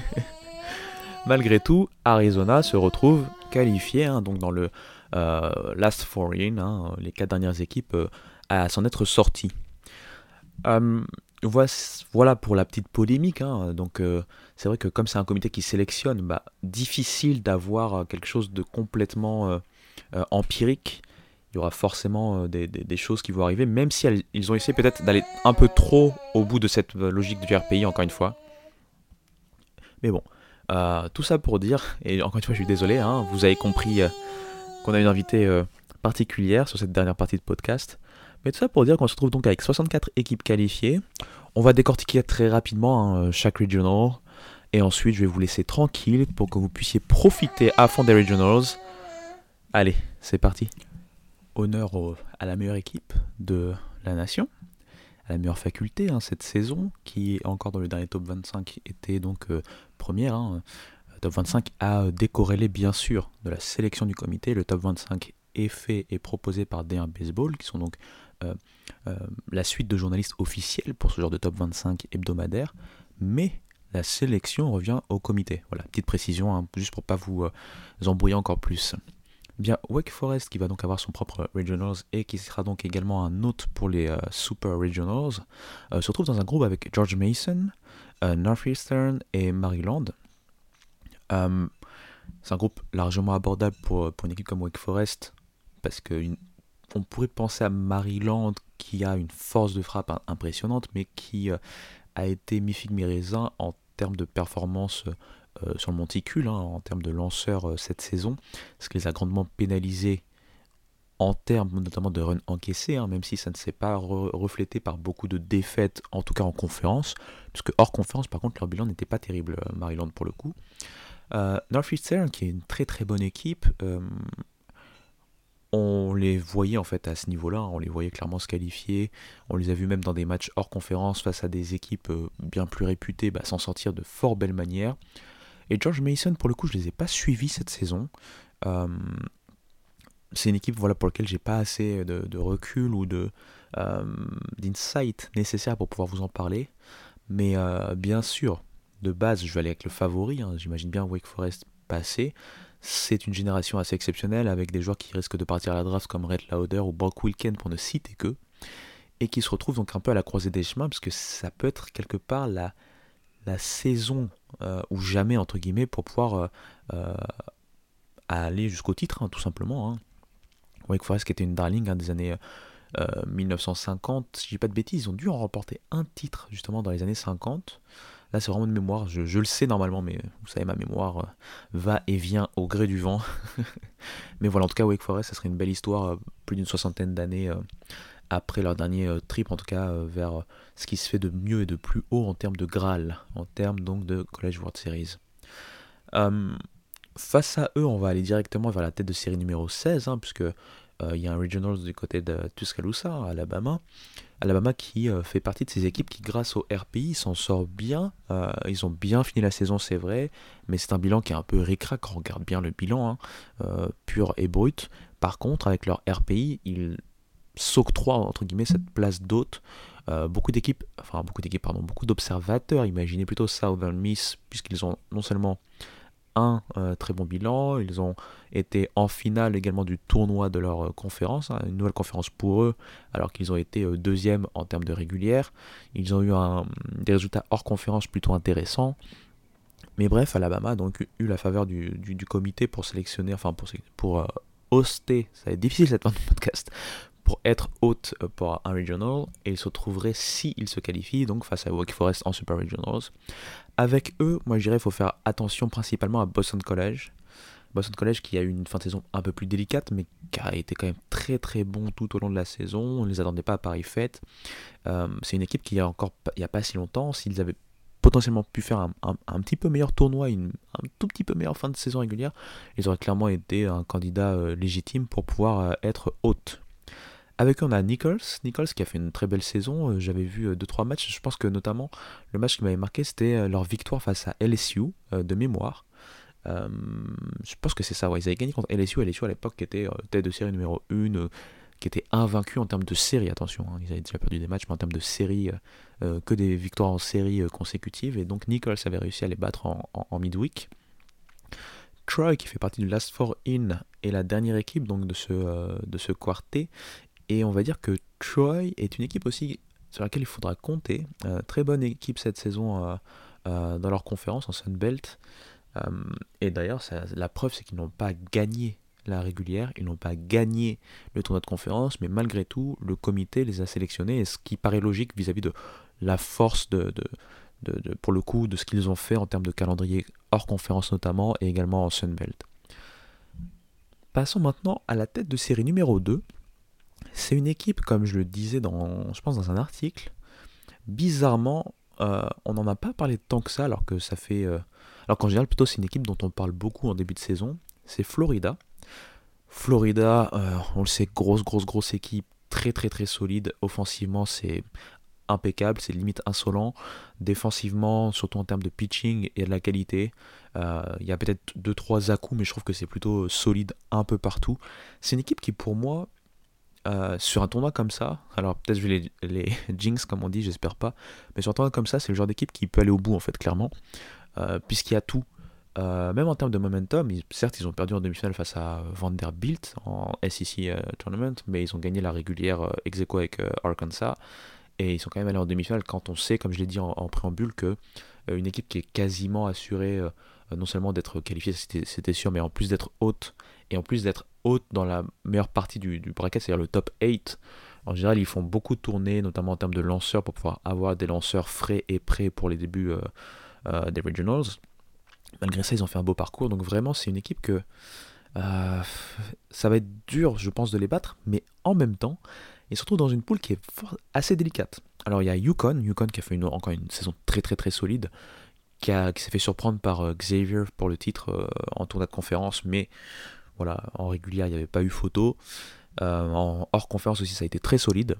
malgré tout, Arizona se retrouve qualifié hein, donc dans le euh, last four in, hein, les quatre dernières équipes euh, à s'en être sorties. Euh, voilà pour la petite polémique. Hein. Donc, euh, c'est vrai que comme c'est un comité qui sélectionne, bah, difficile d'avoir quelque chose de complètement euh, euh, empirique. Il y aura forcément euh, des, des, des choses qui vont arriver, même si elles, ils ont essayé peut-être d'aller un peu trop au bout de cette logique du R P I, encore une fois. Mais bon, euh, tout ça pour dire, et encore une fois, je suis désolé, hein, vous avez compris euh, qu'on a une invitée euh, particulière sur cette dernière partie de podcast. Mais tout ça pour dire qu'on se retrouve donc avec soixante-quatre équipes qualifiées. On va décortiquer très rapidement hein, chaque regional. Et ensuite, je vais vous laisser tranquille pour que vous puissiez profiter à fond des regionals. Allez, c'est parti. Honneur au, à la meilleure équipe de la nation, à la meilleure faculté hein, cette saison, qui est encore dans le dernier top vingt-cinq était donc euh, première. Hein, top vingt-cinq a décorrélé bien sûr de la sélection du comité. Le top vingt-cinq est fait et proposé par D un Baseball, qui sont donc euh, euh, la suite de journalistes officiels pour ce genre de top vingt-cinq hebdomadaire, mais la sélection revient au comité. Voilà, petite précision, hein, juste pour ne pas vous euh, embrouiller encore plus. Bien, Wake Forest, qui va donc avoir son propre Regionals et qui sera donc également un hôte pour les euh, Super Regionals, euh, se retrouve dans un groupe avec George Mason, euh, Northeastern et Maryland. Euh, c'est un groupe largement abordable pour, pour une équipe comme Wake Forest, parce qu'on pourrait penser à Maryland qui a une force de frappe impressionnante, mais qui euh, a été mi-figue mi-raisin en termes de performance euh, sur le monticule, hein, en termes de lanceurs euh, cette saison, ce qui les a grandement pénalisés en termes notamment de runs encaissés, hein, même si ça ne s'est pas re- reflété par beaucoup de défaites, en tout cas en conférence, puisque hors conférence par contre leur bilan n'était pas terrible, euh, Maryland pour le coup. Euh, Northeastern qui est une très très bonne équipe, euh, on les voyait en fait à ce niveau-là, on les voyait clairement se qualifier, on les a vus même dans des matchs hors conférence face à des équipes euh, bien plus réputées, bah, s'en sortir de fort belle manière. Et George Mason, pour le coup, je ne les ai pas suivis cette saison. Euh, c'est une équipe voilà, pour laquelle j'ai pas assez de, de recul ou de, euh, d'insight nécessaire pour pouvoir vous en parler. Mais euh, bien sûr, de base, je vais aller avec le favori. Hein, j'imagine bien Wake Forest passer. C'est une génération assez exceptionnelle avec des joueurs qui risquent de partir à la draft comme Rhett Lauder ou Brock Wilken pour ne citer que. Et qui se retrouvent donc un peu à la croisée des chemins parce que ça peut être quelque part la, la saison euh, ou jamais entre guillemets pour pouvoir euh, euh, aller jusqu'au titre hein, tout simplement. Hein. Wake Forest qui était une darling hein, des années euh, dix-neuf cent cinquante, si je dis pas de bêtises, ils ont dû en remporter un titre justement dans les années cinquante. Là c'est vraiment de mémoire, je, je le sais normalement, mais vous savez ma mémoire euh, va et vient au gré du vent. Mais voilà, en tout cas Wake Forest, ça serait une belle histoire, euh, plus d'une soixantaine d'années euh, après leur dernier euh, trip, en tout cas euh, vers euh, ce qui se fait de mieux et de plus haut en termes de Graal, en termes donc de College World Series. Euh, face à eux, on va aller directement vers la tête de série numéro seize, hein, puisque euh, il y a un Regionals du côté de Tuscaloosa, Alabama. Alabama qui euh, fait partie de ces équipes qui, grâce au R P I, s'en sort bien. Euh, ils ont bien fini la saison, c'est vrai, mais c'est un bilan qui est un peu ric-rac quand on regarde bien le bilan, hein, euh, pur et brut. Par contre, avec leur R P I, ils s'octroient entre guillemets cette place d'hôte. Euh, beaucoup d'équipes, enfin beaucoup d'équipes, pardon, beaucoup d'observateurs imaginaient plutôt Southern Miss, puisqu'ils ont non seulement un euh, très bon bilan. Ils ont été en finale également du tournoi de leur euh, conférence, hein, une nouvelle conférence pour eux, alors qu'ils ont été euh, deuxième en termes de régulière. Ils ont eu un, des résultats hors conférence plutôt intéressants. Mais bref, Alabama a donc eu, eu la faveur du, du, du comité pour sélectionner, enfin pour, pour euh, hoster, ça va être difficile cette fin de podcast, pour être hôte euh, pour un regional, et ils se trouveraient, s'ils se qualifient, donc face à Wake Forest en Super Regionals. Avec eux, moi je dirais qu'il faut faire attention principalement à Boston College. Boston College qui a eu une fin de saison un peu plus délicate, mais qui a été quand même très très bon tout au long de la saison. On ne les attendait pas à pareille fête. Euh, c'est une équipe qui, a encore, il n'y a pas si longtemps, s'ils avaient potentiellement pu faire un, un, un petit peu meilleur tournoi, une, un tout petit peu meilleure fin de saison régulière, ils auraient clairement été un candidat euh, légitime pour pouvoir euh, être hôte. Avec eux, on a Nichols, Nichols qui a fait une très belle saison. Euh, J'avais vu deux trois matchs. Je pense que notamment, le match qui m'avait marqué, c'était euh, leur victoire face à L S U, euh, de mémoire. Euh, je pense que c'est ça, ouais. Ils avaient gagné contre L S U. L S U à l'époque qui était euh, tête de série numéro un, euh, qui était invaincu en termes de série, attention. Hein. Ils avaient déjà perdu des matchs, mais en termes de série, euh, euh, que des victoires en série euh, consécutives. Et donc Nichols avait réussi à les battre en, en, en midweek. Troy, qui fait partie du Last Four In, est la dernière équipe donc, de ce, euh, de ce quartet. Et on va dire que Troy est une équipe aussi sur laquelle il faudra compter. Euh, très bonne équipe cette saison euh, euh, dans leur conférence en Sun Belt. Euh, et d'ailleurs, ça, la preuve, c'est qu'ils n'ont pas gagné la régulière, ils n'ont pas gagné le tournoi de conférence, mais malgré tout, le comité les a sélectionnés, et ce qui paraît logique vis-à-vis de la force de, de, de, de pour le coup, de ce qu'ils ont fait en termes de calendrier hors conférence notamment, et également en Sun Belt. Passons maintenant à la tête de série numéro deux. C'est une équipe, comme je le disais dans, je pense dans un article, bizarrement, euh, on n'en a pas parlé tant que ça, alors que ça fait... Euh, alors qu'en général, plutôt, c'est une équipe dont on parle beaucoup en début de saison. C'est Florida. Florida, euh, on le sait, grosse, grosse, grosse équipe, très, très, très solide. Offensivement, c'est impeccable, c'est limite insolent. Défensivement, surtout en termes de pitching et de la qualité, euh, il y a peut-être deux trois à-coups, mais je trouve que c'est plutôt solide un peu partout. C'est une équipe qui, pour moi, Euh, sur un tournoi comme ça, alors peut-être je vais les, les jinx comme on dit, j'espère pas, mais sur un tournoi comme ça, c'est le genre d'équipe qui peut aller au bout en fait, clairement, euh, puisqu'il y a tout. Euh, même en termes de momentum, ils, certes ils ont perdu en demi-finale face à Vanderbilt en S E C euh, Tournament, mais ils ont gagné la régulière euh, ex aequo avec euh, Arkansas, et ils sont quand même allés en demi-finale quand on sait, comme je l'ai dit en, en préambule, que euh, une équipe qui est quasiment assurée euh, non seulement d'être qualifiée, c'était, c'était sûr, mais en plus d'être haute, et en plus d'être haute dans la meilleure partie du, du bracket, c'est-à-dire le top huit. En général, ils font beaucoup de tournées, notamment en termes de lanceurs, pour pouvoir avoir des lanceurs frais et prêts pour les débuts euh, euh, des Regionals. Malgré ça, ils ont fait un beau parcours, donc vraiment, c'est une équipe que euh, ça va être dur, je pense, de les battre, mais en même temps, ils se retrouvent dans une poule qui est fort, assez délicate. Alors, il y a Yukon, Yukon qui a fait une, encore une saison très très très solide, qui, a, qui s'est fait surprendre par euh, Xavier pour le titre euh, en tournoi de conférence, mais voilà, en régulière, il n'y avait pas eu photo. Euh, en hors conférence aussi, ça a été très solide.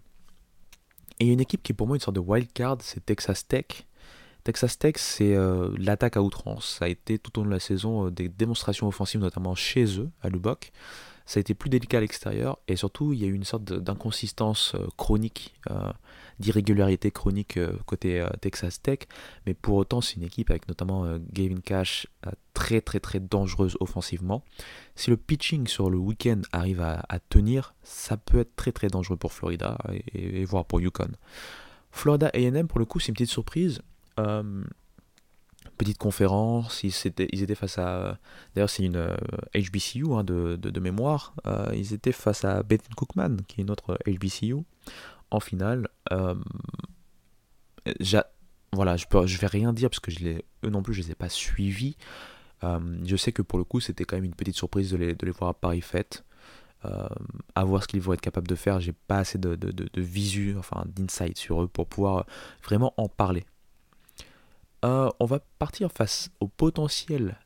Et une équipe qui est pour moi une sorte de wild card, c'est Texas Tech. Texas Tech, c'est euh, l'attaque à outrance. Ça a été tout au long de la saison euh, des démonstrations offensives, notamment chez eux, à Lubbock. Ça a été plus délicat à l'extérieur, et surtout, il y a eu une sorte d'inconsistance euh, chronique, euh, d'irrégularité chronique euh, côté euh, Texas Tech. Mais pour autant, c'est une équipe avec notamment euh, Gavin Cash, euh, très très très dangereuse offensivement. Si le pitching sur le week-end arrive à, à tenir, ça peut être très très dangereux pour Florida, et, et voire pour Yukon. Florida A and M, pour le coup, c'est une petite surprise. Euh, Petite conférence, ils étaient, ils étaient face à... D'ailleurs, c'est une euh, H B C U hein, de, de, de mémoire. Euh, ils étaient face à Bethune Cookman, qui est une autre H B C U, en finale. Euh, voilà, je peux, je vais rien dire, parce que je les, eux non plus, je les ai pas suivis. Euh, je sais que pour le coup, c'était quand même une petite surprise de les, de les voir à Paris Fête. Euh, à voir ce qu'ils vont être capables de faire. J'ai pas assez de, de, de, de visu, enfin d'insight sur eux pour pouvoir vraiment en parler. Euh, on va partir face au potentiel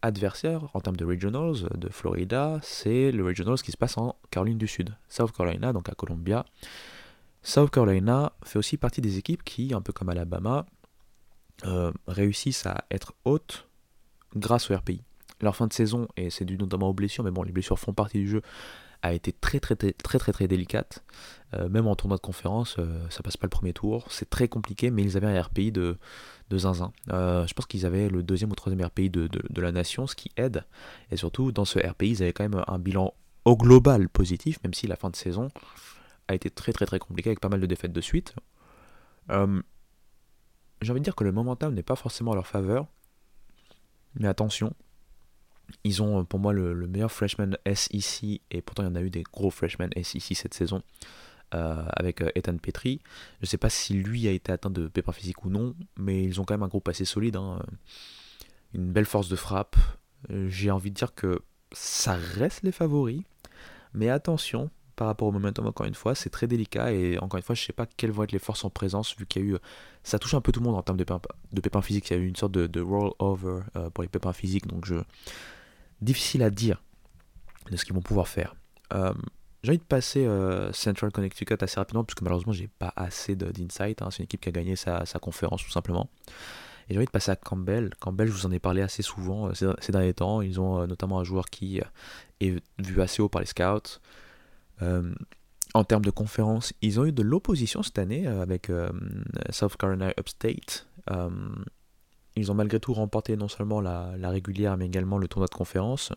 adversaire en termes de regionals de Florida, c'est le regionals qui se passe en Caroline du Sud, South Carolina, donc à Columbia. South Carolina fait aussi partie des équipes qui, un peu comme Alabama, euh, réussissent à être hautes grâce au R P I. Leur fin de saison, et c'est dû notamment aux blessures, mais bon, les blessures font partie du jeu, a été très très très très très, très délicate. Euh, même en tournoi de conférence, euh, ça passe pas le premier tour. C'est très compliqué, mais ils avaient un R P I de, de zinzin. Euh, je pense qu'ils avaient le deuxième ou troisième R P I de, de, de la nation, ce qui aide. Et surtout, dans ce R P I, ils avaient quand même un bilan au global positif, même si la fin de saison a été très très très compliquée avec pas mal de défaites de suite. Euh, j'ai envie de dire que le momentum n'est pas forcément à leur faveur, mais attention, ils ont pour moi le, le meilleur freshman S E C, et pourtant il y en a eu des gros freshmen S E C cette saison, euh, avec euh, Ethan Petrie. Je ne sais pas si lui a été atteint de pépins physiques ou non, mais ils ont quand même un groupe assez solide, hein. Une belle force de frappe. Euh, J'ai envie de dire que ça reste les favoris, mais attention, par rapport au momentum, encore une fois, c'est très délicat, et encore une fois, je ne sais pas quelles vont être les forces en présence, vu qu'il y a eu, ça touche un peu tout le monde en termes de pépins, de pépins physiques, il y a eu une sorte de, de roll-over euh, pour les pépins physiques, donc je, difficile à dire de ce qu'ils vont pouvoir faire. Euh, j'ai envie de passer euh, Central Connecticut assez rapidement, puisque malheureusement j'ai pas assez de, d'insight, hein. C'est une équipe qui a gagné sa, sa conférence tout simplement. Et j'ai envie de passer à Campbell. Campbell, je vous en ai parlé assez souvent euh, ces, ces derniers temps. Ils ont euh, notamment un joueur qui euh, est vu assez haut par les scouts. Euh, en termes de conférence, ils ont eu de l'opposition cette année euh, avec euh, South Carolina Upstate. Euh, ils ont malgré tout remporté non seulement la, la régulière, mais également le tournoi de conférence.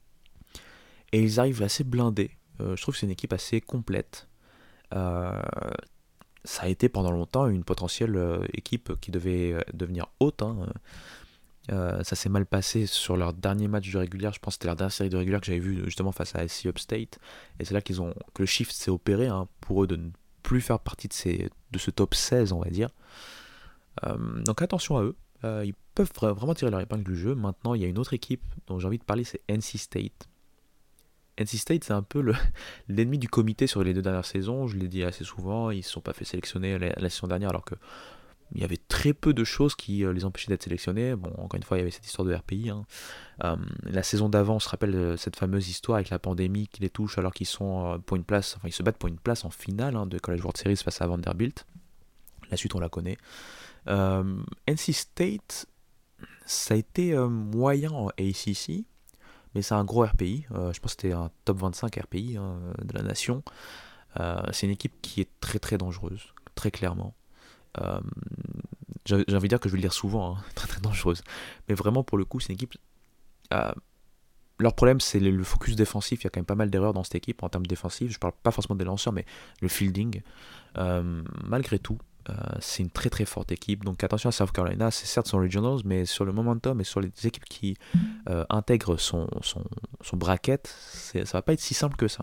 Et ils arrivent assez blindés. Euh, je trouve que c'est une équipe assez complète. Euh, ça a été pendant longtemps une potentielle euh, équipe qui devait euh, devenir haute, hein. Euh, ça s'est mal passé sur leur dernier match de régulière. Je pense que c'était leur dernière série de régulière que j'avais vu justement face à S C Upstate. Et c'est là qu'ils ont, que le shift s'est opéré, hein, pour eux de ne plus faire partie de, ces, de ce top seize, on va dire. Euh, donc attention à eux. Euh, ils peuvent vraiment tirer leur épingle du jeu. Maintenant, il y a une autre équipe dont j'ai envie de parler, c'est N C State. N C State, c'est un peu le, l'ennemi du comité sur les deux dernières saisons. Je l'ai dit assez souvent, ils ne se sont pas fait sélectionner la, la saison dernière, alors que il y avait très peu de choses qui euh, les empêchaient d'être sélectionnés. Bon, encore une fois, il y avait cette histoire de R P I, hein. Euh, la saison d'avant, on se rappelle de cette fameuse histoire avec la pandémie qui les touche alors qu'ils sont euh, pour une place, enfin ils se battent pour une place en finale, hein, de College World Series face à Vanderbilt. La suite, on la connaît. Euh, N C State, ça a été euh, moyen en A C C, mais c'est un gros R P I. Euh, je pense que c'était un top vingt-cinq R P I, hein, de la nation. Euh, c'est une équipe qui est très très dangereuse, très clairement. Euh, j'ai, j'ai envie de dire que je vais le dire souvent, hein, très très dangereuse. Mais vraiment, pour le coup, c'est une équipe. Euh, leur problème, c'est le, le focus défensif. Il y a quand même pas mal d'erreurs dans cette équipe en termes défensifs. Je parle pas forcément des lanceurs, mais le fielding. Euh, malgré tout, euh, c'est une très très forte équipe. Donc attention à South Carolina. C'est certes son regionals, mais sur le momentum et sur les équipes qui euh, intègrent son, son, son bracket, c'est, ça va pas être si simple que ça.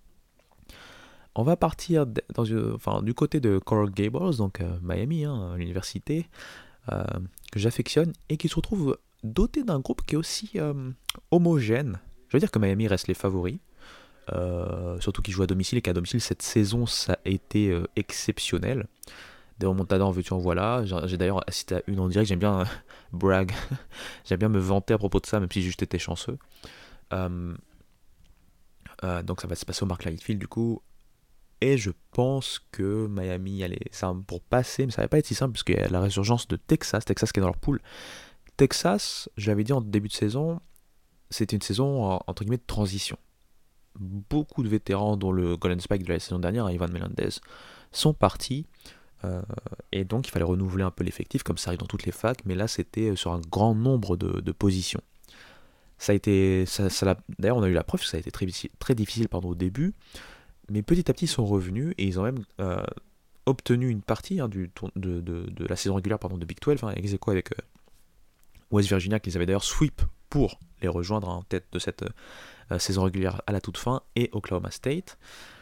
On va partir dans, enfin, du côté de Coral Gables, donc euh, Miami, hein, l'université, euh, que j'affectionne et qui se retrouve doté d'un groupe qui est aussi euh, homogène. Je veux dire que Miami reste les favoris, euh, surtout qu'ils jouent à domicile et qu'à domicile cette saison ça a été euh, exceptionnel. Des remontadas en veux-tu en voilà. J'ai, j'ai d'ailleurs assisté à une en direct, j'aime bien euh, brag, j'aime bien me vanter à propos de ça, même si j'ai juste été chanceux. Euh, euh, donc ça va se passer au Mark Light Field du coup. Et je pense que Miami allait simple pour passer, mais ça va pas être si simple parce qu'il y a la résurgence de Texas, Texas qui est dans leur poule. Texas, je l'avais dit en début de saison, c'était une saison entre guillemets de transition. Beaucoup de vétérans, dont le Golden Spike de la saison dernière, Ivan Melendez, sont partis. Euh, et donc il fallait renouveler un peu l'effectif, comme ça arrive dans toutes les facs, mais là c'était sur un grand nombre de, de positions. Ça a été, ça, ça l'a, d'ailleurs on a eu la preuve que ça a été très, très difficile pardon, au début. Mais petit à petit, ils sont revenus et ils ont même euh, obtenu une partie, hein, du tour, de, de, de la saison régulière pardon, de Big douze, hein, ex aequo avec euh, West Virginia, qu'ils avaient d'ailleurs sweep pour les rejoindre, hein, en tête de cette euh, saison régulière à la toute fin, et Oklahoma State.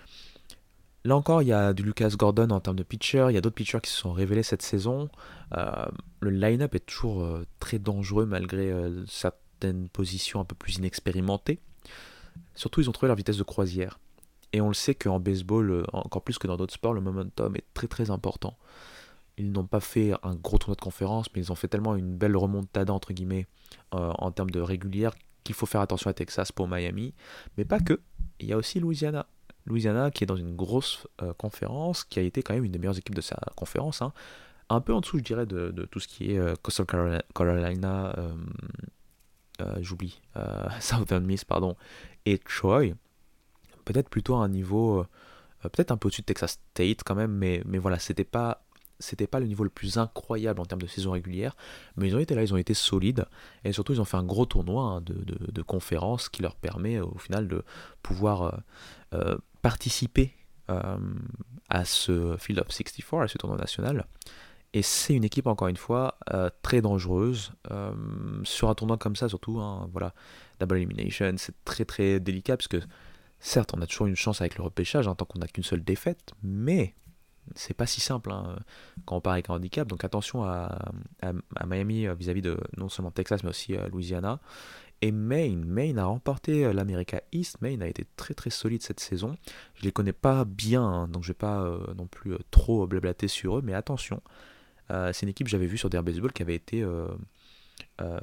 Là encore, il y a du Lucas Gordon en termes de pitcher, il y a d'autres pitchers qui se sont révélés cette saison. Euh, le line-up est toujours euh, très dangereux malgré euh, certaines positions un peu plus inexpérimentées. Surtout, ils ont trouvé leur vitesse de croisière. Et on le sait qu'en baseball, encore plus que dans d'autres sports, le momentum est très très important. ils n'ont pas fait un gros tournoi de conférence, mais ils ont fait tellement une belle remontada, entre guillemets, euh, en termes de régulière, qu'il faut faire attention à Texas pour Miami. Mais pas que. Il y a aussi Louisiana. Louisiana qui est dans une grosse euh, conférence, qui a été quand même une des meilleures équipes de sa conférence. Hein. Un peu en dessous, je dirais, de, de tout ce qui est euh, Coastal Carolina, Carolina euh, euh, j'oublie, euh, Southern Miss, pardon, et Troy. Peut-être plutôt à un niveau, euh, peut-être un peu au-dessus de Texas State quand même, mais, mais voilà, c'était pas c'était pas le niveau le plus incroyable en termes de saison régulière, mais ils ont été là, ils ont été solides, et surtout ils ont fait un gros tournoi hein, de, de, de conférence qui leur permet au final de pouvoir euh, euh, participer euh, à ce Field of soixante-quatre, à ce tournoi national. Et c'est une équipe, encore une fois, euh, très dangereuse. Euh, sur un tournoi comme ça, surtout, hein, voilà, double elimination, c'est très très délicat, parce que certes, on a toujours une chance avec le repêchage, hein, tant qu'on n'a qu'une seule défaite, mais c'est pas si simple hein, quand on part avec un handicap. Donc attention à, à, à Miami euh, vis-à-vis de non seulement Texas, mais aussi euh, Louisiana. Et Maine, Maine a remporté euh, l'America East. Maine a été très très solide cette saison. Je les connais pas bien, hein, donc je vais pas euh, non plus euh, trop blablater sur eux, mais attention. Euh, c'est une équipe que j'avais vue sur Dare Baseball qui avait été euh, euh,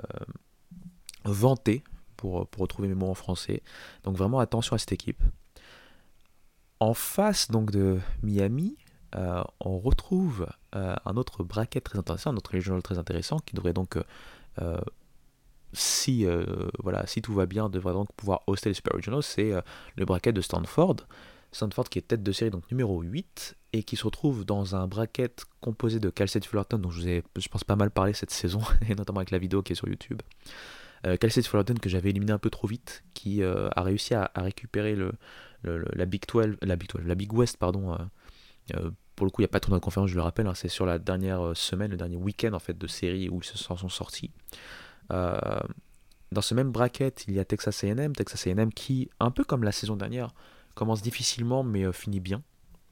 vantée, pour, pour retrouver mes mots en français. Donc vraiment attention à cette équipe. En face donc de Miami, euh, on retrouve euh, un autre bracket très intéressant, un autre regional très intéressant qui devrait donc, euh, si, euh, voilà, si tout va bien, devrait donc pouvoir hoster les Super Regionals. C'est euh, le bracket de Stanford. Stanford qui est tête de série, donc numéro huit, et qui se retrouve dans un bracket composé de Cal State Fullerton, dont je vous ai, je pense, pas mal parlé cette saison, et notamment avec la vidéo qui est sur YouTube. Euh, Cal State Fullerton que j'avais éliminé un peu trop vite, qui euh, a réussi à, à récupérer le, le, le- la Big douze, la Big douze, la Big West, pardon. Euh, euh, pour le coup, il n'y a pas de tournoi de conférence, je le rappelle, hein, c'est sur la dernière euh, semaine, le dernier week-end en fait de série où ils se sont sont sortis. Euh, dans ce même bracket, il y a Texas A and M, Texas A and M qui, un peu comme la saison dernière, commence difficilement mais euh, finit bien.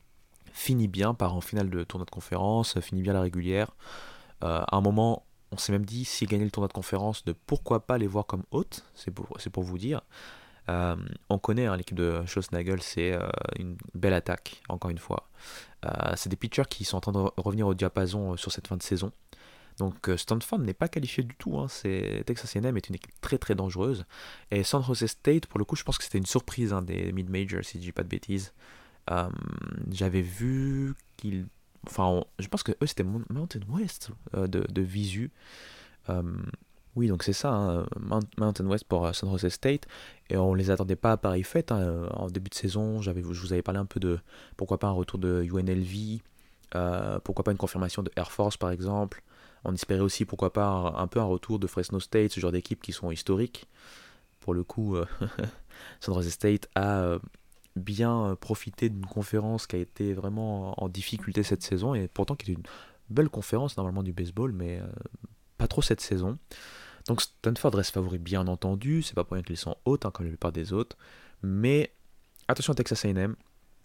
Finit bien par en finale de tournoi de conférence, euh, finit bien la régulière. Euh, à un moment, on s'est même dit, s'ils gagnaient le tournoi de conférence, de pourquoi pas les voir comme hôtes, c'est pour, c'est pour vous dire. Euh, on connaît hein, l'équipe de Schlossnagel, c'est euh, une belle attaque, encore une fois. Euh, c'est des pitchers qui sont en train de re- revenir au diapason euh, sur cette fin de saison. Donc euh, Stanford n'est pas qualifié du tout. Hein. C'est... Texas A and M est une équipe très très dangereuse. Et San Jose State, pour le coup, je pense que c'était une surprise hein, des mid-majors, si je dis pas de bêtises. Euh, J'avais vu qu'ils... Enfin, on- je pense que eux, c'était Mon- Mountain West euh, de, de Visu. Euh, oui, donc c'est ça, hein, Mount- Mountain West pour euh, San Jose State. Et on les attendait pas à pareille fête. Hein. Euh, En début de saison, j'avais, je vous avais parlé un peu de pourquoi pas un retour de U N L V, euh, pourquoi pas une confirmation de Air Force par exemple. On espérait aussi pourquoi pas un, un peu un retour de Fresno State, ce genre d'équipes qui sont historiques. Pour le coup, euh, San Jose State a euh, bien euh, profité d'une conférence qui a été vraiment en difficulté cette saison et pourtant qui était une belle conférence normalement du baseball, mais euh, pas trop cette saison. Donc Stanford reste favori bien entendu, c'est pas pour rien qu'ils sont hautes hein, comme la plupart des autres, mais attention à Texas A and M.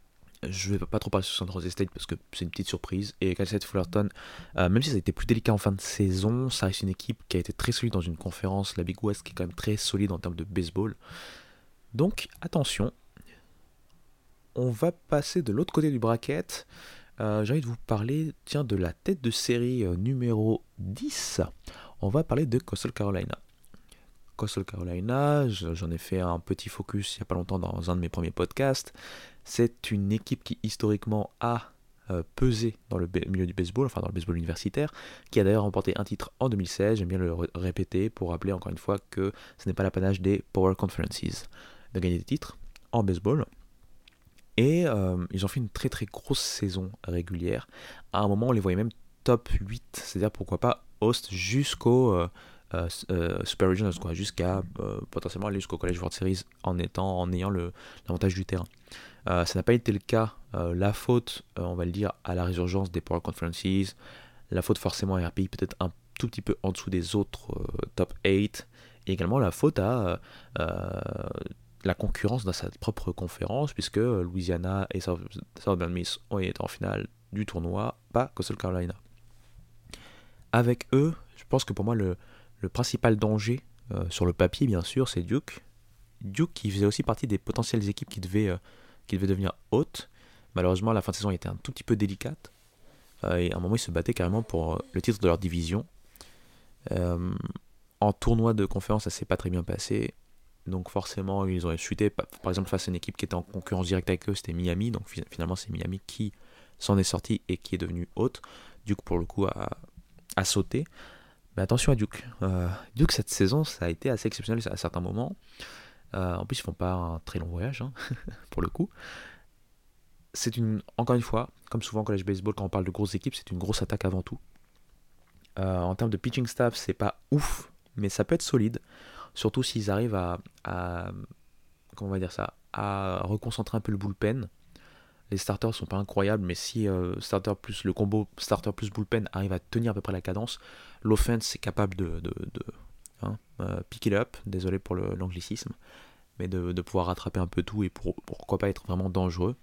Je vais pas trop parler sur San Jose State parce que c'est une petite surprise. Et Cal State Fullerton, euh, même si ça a été plus délicat en fin de saison, ça reste une équipe qui a été très solide dans une conférence, la Big West, qui est quand même très solide en termes de baseball. Donc attention, on va passer de l'autre côté du bracket. Euh, j'ai envie de vous parler tiens, de la tête de série euh, numéro dix. On va parler de Coastal Carolina. Coastal Carolina, j'en ai fait un petit focus il n'y a pas longtemps dans un de mes premiers podcasts. C'est une équipe qui historiquement a euh, pesé dans le milieu du baseball, enfin dans le baseball universitaire, qui a d'ailleurs remporté un titre en deux mille seize, j'aime bien le répéter pour rappeler encore une fois que ce n'est pas l'apanage des Power Conferences de gagner des titres en baseball. Et euh, ils ont fait une très très grosse saison régulière. À un moment, on les voyait même top huit, c'est-à-dire pourquoi pas host jusqu'au euh, euh, euh, Super Regionals, quoi, jusqu'à euh, potentiellement aller jusqu'au College World Series en, étant, en ayant le, l'avantage du terrain. Euh, ça n'a pas été le cas. Euh, la faute, euh, on va le dire, à la résurgence des Power Conferences. La faute forcément à R P I peut-être un tout petit peu en dessous des autres euh, top huit. Et également la faute à euh, la concurrence dans sa propre conférence, puisque Louisiana et Southern Miss ont été en finale du tournoi, pas Coastal Carolina. Avec eux, je pense que pour moi, le, le principal danger, euh, sur le papier bien sûr, c'est Duke. Duke qui faisait aussi partie des potentielles équipes qui devaient, euh, qui devaient devenir hautes. Malheureusement, la fin de saison était un tout petit peu délicate. Euh, et à un moment, ils se battaient carrément pour euh, le titre de leur division. Euh, En tournoi de conférence, ça s'est pas très bien passé. Donc forcément, ils ont chuté. Par exemple, face à une équipe qui était en concurrence directe avec eux, c'était Miami. Donc finalement, c'est Miami qui s'en est sorti et qui est devenu haute. Duke, pour le coup, a, a sauté. Mais attention à Duke. Euh, Duke, cette saison, ça a été assez exceptionnel à certains moments. Euh, en plus, ils font pas un très long voyage, hein, pour le coup. C'est une, encore une fois, comme souvent en college baseball, quand on parle de grosses équipes, c'est une grosse attaque avant tout. Euh, en termes de pitching staff, c'est pas ouf, mais ça peut être solide. Surtout s'ils arrivent à, à comment on va dire ça, à reconcentrer un peu le bullpen. Les starters sont pas incroyables, mais si euh, starter plus le combo starter plus bullpen arrive à tenir à peu près la cadence, l'offense est capable de, de, de hein, euh, pick it up. Désolé pour le, l'anglicisme, mais de, de pouvoir rattraper un peu tout et pour, pourquoi pas être vraiment dangereux.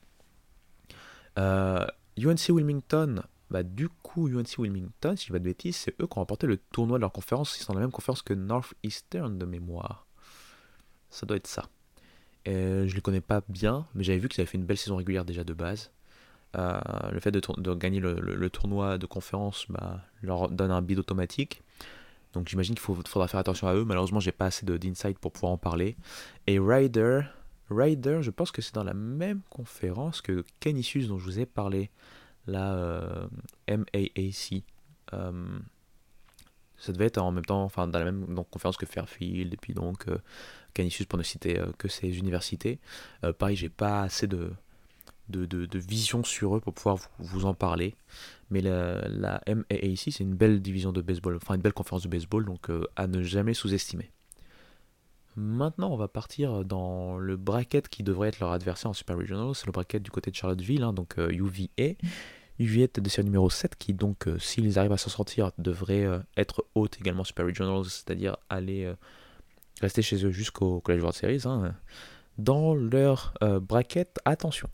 Euh, U N C Wilmington, bah du coup U N C Wilmington, si je ne dis pas de bêtises, c'est eux qui ont remporté le tournoi de leur conférence. Ils sont dans la même conférence que Northeastern de mémoire. Ça doit être ça. Euh, je les connais pas bien, mais j'avais vu qu'ils avaient fait une belle saison régulière déjà de base. Euh, le fait de, tour- de gagner le, le- le tournoi de conférence bah, leur donne un bid automatique. Donc j'imagine qu'il faut, faudra faire attention à eux. Malheureusement, j'ai pas assez de, d'insight pour pouvoir en parler. Et Ryder, Ryder, je pense que c'est dans la même conférence que Canisius dont je vous ai parlé. La euh, M A A C. Euh, ça devait être en même temps, enfin dans la même donc, conférence que Fairfield et puis donc euh, Canisius pour ne citer euh, que ces universités. Euh, pareil, j'ai pas assez de, de, de, de vision sur eux pour pouvoir vous, vous en parler. Mais la, la M A A C, c'est une belle division de baseball, enfin une belle conférence de baseball, donc euh, à ne jamais sous-estimer. Maintenant, on va partir dans le bracket qui devrait être leur adversaire en Super Regional. C'est le bracket du côté de Charlottesville, hein, donc euh, U V A. U V A est de série numéro sept qui, donc, euh, s'ils arrivent à s'en sortir, devrait euh, être haute également Super Regionals, c'est-à-dire aller euh, rester chez eux jusqu'au College World Series. Hein. Dans leur euh, bracket, attention.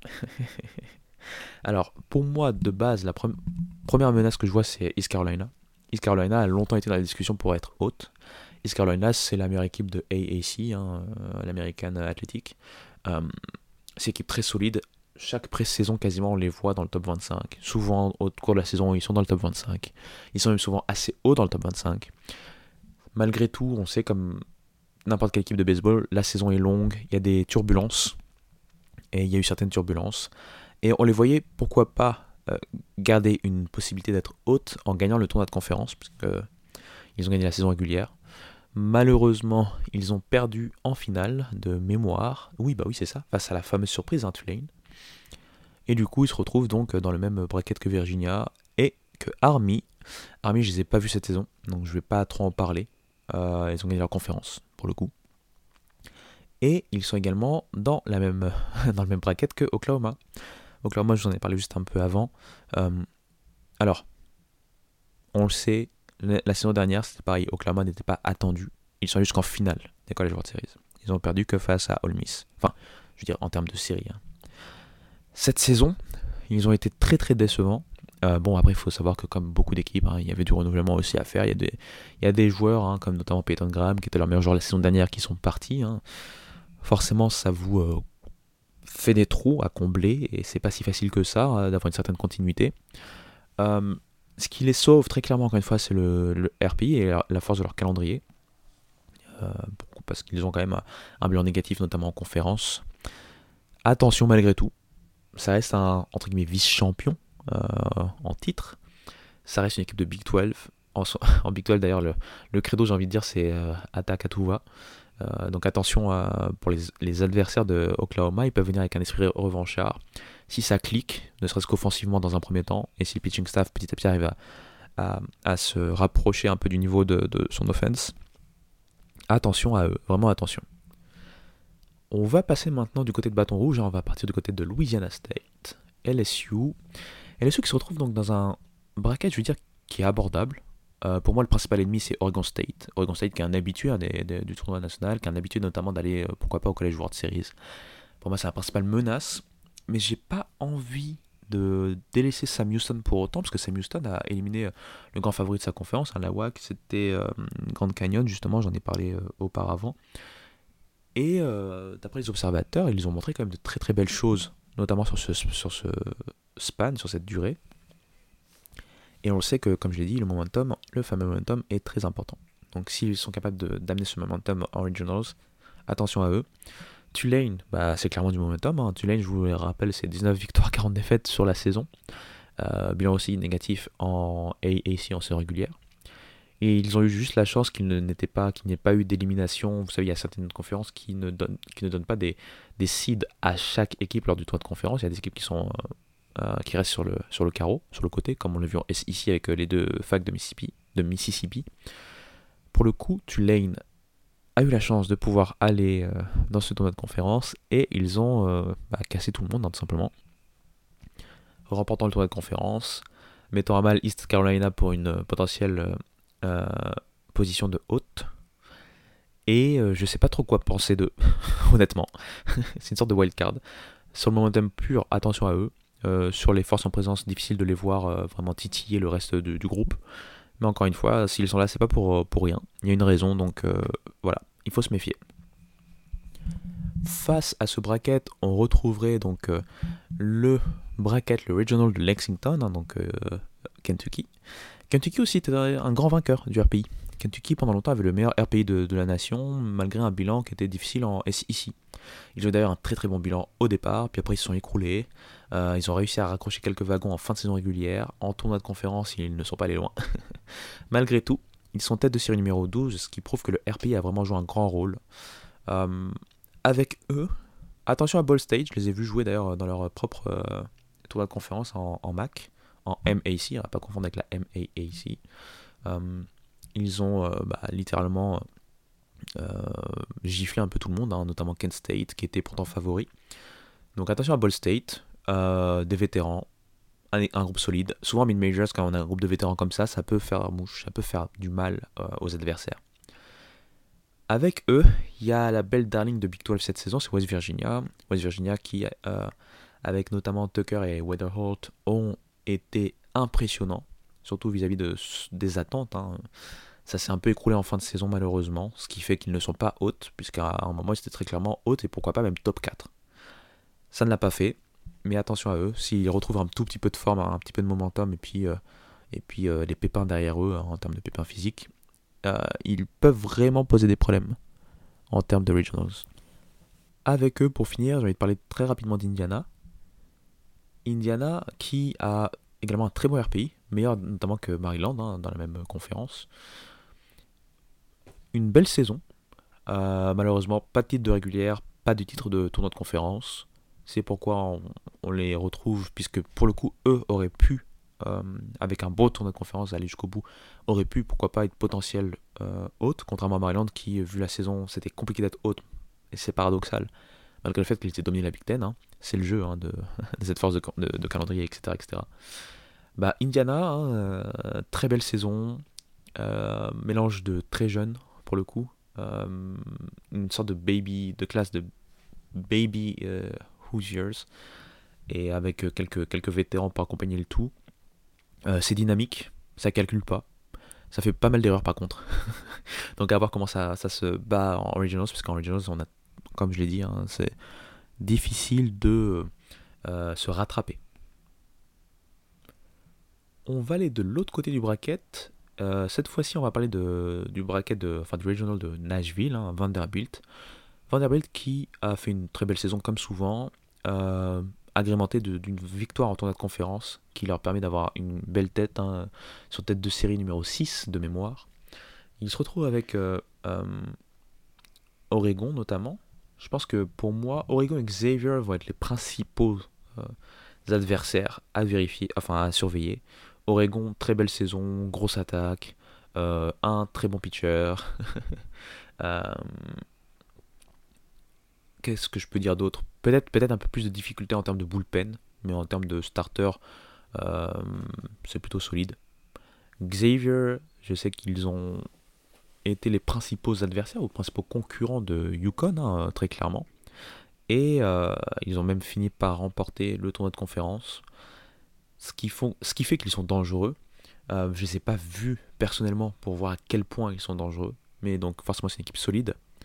Alors, pour moi, de base, la pre- première menace que je vois, c'est East Carolina. East Carolina a longtemps été dans la discussion pour être haute. East Carolina, c'est la meilleure équipe de A A C, hein, euh, l'American Athletic. Euh, c'est une équipe très solide. Chaque pré-saison, quasiment, on les voit dans le top vingt-cinq. Souvent, au cours de la saison, ils sont dans le top vingt-cinq. Ils sont même souvent assez hauts dans le top vingt-cinq. Malgré tout, on sait, comme n'importe quelle équipe de baseball, la saison est longue, il y a des turbulences. Et il y a eu certaines turbulences. Et on les voyait, pourquoi pas, euh, garder une possibilité d'être haute en gagnant le tournoi de conférence, parce qu'ils ont gagné la saison régulière. Malheureusement, ils ont perdu en finale de mémoire. Oui, bah oui, c'est ça, face à la fameuse surprise, hein, Tulane. Et du coup, ils se retrouvent donc dans le même bracket que Virginia et que Army. Army, je les ai pas vus cette saison, donc je vais pas trop en parler. Euh, ils ont gagné leur conférence, pour le coup. Et ils sont également dans, la même, dans le même bracket que Oklahoma. Oklahoma, je vous en ai parlé juste un peu avant. Euh, alors, on le sait, la saison dernière, c'était pareil. Oklahoma n'était pas attendu. Ils sont allés jusqu'en finale des College World Series. Ils ont perdu que face à Ole Miss. Enfin, je veux dire, en termes de série. Hein. Cette saison, ils ont été très très décevants. Euh, bon, après, il faut savoir que comme beaucoup d'équipes, hein, il y avait du renouvellement aussi à faire. Il y a des, il y a des joueurs, hein, comme notamment Peyton Graham, qui était leur meilleur joueur la saison dernière, qui sont partis. Hein. Forcément, ça vous euh, fait des trous à combler, et c'est pas si facile que ça, euh, d'avoir une certaine continuité. Euh, ce qui les sauve très clairement, encore une fois, c'est le, le R P I et la, la force de leur calendrier. Euh, parce qu'ils ont quand même un, un bilan négatif, notamment en conférence. Attention malgré tout, ça reste un entre guillemets vice-champion euh, en titre. Ça reste une équipe de Big douze. En, en Big douze d'ailleurs, le, le credo, j'ai envie de dire, c'est euh, attaque à tout va. Euh, donc attention à, pour les, les adversaires de Oklahoma, ils peuvent venir avec un esprit revanchard. Si ça clique, ne serait-ce qu'offensivement dans un premier temps, et si le pitching staff petit à petit arrive à, à, à se rapprocher un peu du niveau de, de son offense, attention à eux, vraiment attention. On va passer maintenant du côté de Bâton Rouge, hein, on va partir du côté de Louisiana State, L S U. L S U qui se retrouve donc dans un bracket, je veux dire, qui est abordable. Euh, pour moi, le principal ennemi, c'est Oregon State. Oregon State qui est un habitué hein, des, des, du tournoi national, qui est un habitué notamment d'aller, euh, pourquoi pas, au College World Series. Pour moi, c'est la principale menace, mais j'ai pas envie de délaisser Sam Houston pour autant, parce que Sam Houston a éliminé euh, le grand favori de sa conférence, hein, la W A C, c'était euh, Grand Canyon, justement, j'en ai parlé euh, auparavant. Et euh, d'après les observateurs, ils ont montré quand même de très très belles choses, notamment sur ce, sur ce span, sur cette durée. Et on le sait que, comme je l'ai dit, le momentum, le fameux momentum est très important. Donc s'ils sont capables de, d'amener ce momentum en regionals, attention à eux. Tulane, bah, c'est clairement du momentum. Hein. Tulane, je vous le rappelle, c'est dix-neuf victoires, quarante défaites sur la saison. Euh, bilan aussi négatif en A A C en saison régulière. Et ils ont eu juste la chance qu'il n'était pas, qu'il n'y ait pas eu d'élimination. Vous savez, il y a certaines conférences qui ne donnent, qui ne donnent pas des, des seeds à chaque équipe lors du tournoi de conférence. Il y a des équipes qui sont euh, euh, qui restent sur le, sur le carreau, sur le côté, comme on l'a vu ici avec les deux facs de Mississippi, de Mississippi. Pour le coup, Tulane a eu la chance de pouvoir aller euh, dans ce tournoi de conférence et ils ont euh, bah, cassé tout le monde, hein, tout simplement. Remportant le tournoi de conférence, mettant à mal East Carolina pour une potentielle euh, position de haute. Et euh, je sais pas trop quoi penser d'eux, honnêtement. C'est une sorte de wildcard. Sur le momentum pur, attention à eux. Euh, sur les forces en présence, difficile de les voir euh, vraiment titiller le reste du, du groupe. Mais encore une fois, s'ils sont là, c'est pas pour, pour rien. Il y a une raison, donc euh, voilà, il faut se méfier. Face à ce bracket, on retrouverait donc euh, le bracket, le regional de Lexington, hein, donc euh, Kentucky. Kentucky aussi était un grand vainqueur du R P I. Kentucky pendant longtemps avait le meilleur R P I de, de la nation, malgré un bilan qui était difficile en S E C. Ils ont d'ailleurs un très très bon bilan au départ, puis après ils se sont écroulés. Euh, ils ont réussi à raccrocher quelques wagons en fin de saison régulière. En tournoi de conférence, ils ne sont pas allés loin. Malgré tout, ils sont tête de série numéro douze, ce qui prouve que le R P I a vraiment joué un grand rôle. Euh, avec eux, attention à Ball State, je les ai vus jouer d'ailleurs dans leur propre euh, tournoi de conférence en, en M A C, en M A C, on ne va pas confondre avec la M A A C. Euh, ils ont euh, bah, littéralement euh, giflé un peu tout le monde, hein, notamment Kent State qui était pourtant favori. Donc attention à Ball State, euh, des vétérans, un, un groupe solide. Souvent en mid-majors, quand on a un groupe de vétérans comme ça, ça peut faire mouche, ça peut faire du mal euh, aux adversaires. Avec eux, il y a la belle darling de Big douze cette saison, c'est West Virginia. West Virginia qui, euh, avec notamment Tucker et Weatherholt, ont été impressionnants, surtout vis-à-vis de, des attentes. Hein. Ça s'est un peu écroulé en fin de saison malheureusement, ce qui fait qu'ils ne sont pas hautes, puisqu'à un moment ils étaient très clairement hautes et pourquoi pas même top quatre. Ça ne l'a pas fait, mais attention à eux, s'ils retrouvent un tout petit peu de forme, un petit peu de momentum et puis, euh, et puis euh, les pépins derrière eux hein, en termes de pépins physiques, euh, ils peuvent vraiment poser des problèmes en termes de regionals. Avec eux, pour finir, j'ai envie de parler très rapidement d'Indiana. Indiana qui a également un très bon R P I, meilleur notamment que Maryland hein, dans la même conférence. Une belle saison, euh, malheureusement pas de titre de régulière, pas de titre de tournoi de conférence. C'est pourquoi on, on les retrouve, puisque pour le coup, eux auraient pu, euh, avec un beau tournoi de conférence, aller jusqu'au bout, auraient pu, pourquoi pas, être potentiel euh, haute, contrairement à Maryland qui, vu la saison, c'était compliqué d'être haute, et c'est paradoxal, malgré le fait qu'ils étaient dominés la Big Ten, hein, c'est le jeu hein, de, de cette force de, de, de calendrier, et cetera, et cetera. Bah, Indiana, hein, euh, très belle saison, euh, mélange de très jeunes, pour le coup, euh, une sorte de baby, de classe de baby euh, Hoosiers, et avec quelques, quelques vétérans pour accompagner le tout. Euh, c'est dynamique, ça calcule pas. Ça fait pas mal d'erreurs par contre. Donc à voir comment ça, ça se bat en Originals, parce qu'en Originals, on a, comme je l'ai dit, hein, c'est difficile de euh, se rattraper. On va aller de l'autre côté du bracket. Euh, cette fois-ci, on va parler de, du bracket, de, enfin du Regional de Nashville, hein, Vanderbilt. Vanderbilt qui a fait une très belle saison comme souvent, euh, agrémentée d'une victoire en tournoi de conférence qui leur permet d'avoir une belle tête, hein, sur tête de série numéro six de mémoire. Ils se retrouvent avec euh, euh, Oregon notamment. Je pense que pour moi, Oregon et Xavier vont être les principaux euh, adversaires à vérifier, enfin à surveiller. Oregon, très belle saison, grosse attaque, euh, un très bon pitcher. euh, Qu'est-ce que je peux dire d'autre? Peut-être peut-être un peu plus de difficulté en termes de bullpen, mais en termes de starter, euh, c'est plutôt solide. Xavier, je sais qu'ils ont été les principaux adversaires ou principaux concurrents de Yukon, hein, très clairement. Et euh, ils ont même fini par remporter le tournoi de conférence. Ce qui, font, ce qui fait qu'ils sont dangereux. Euh, je ne les ai pas vus personnellement pour voir à quel point ils sont dangereux. Mais donc forcément c'est une équipe solide.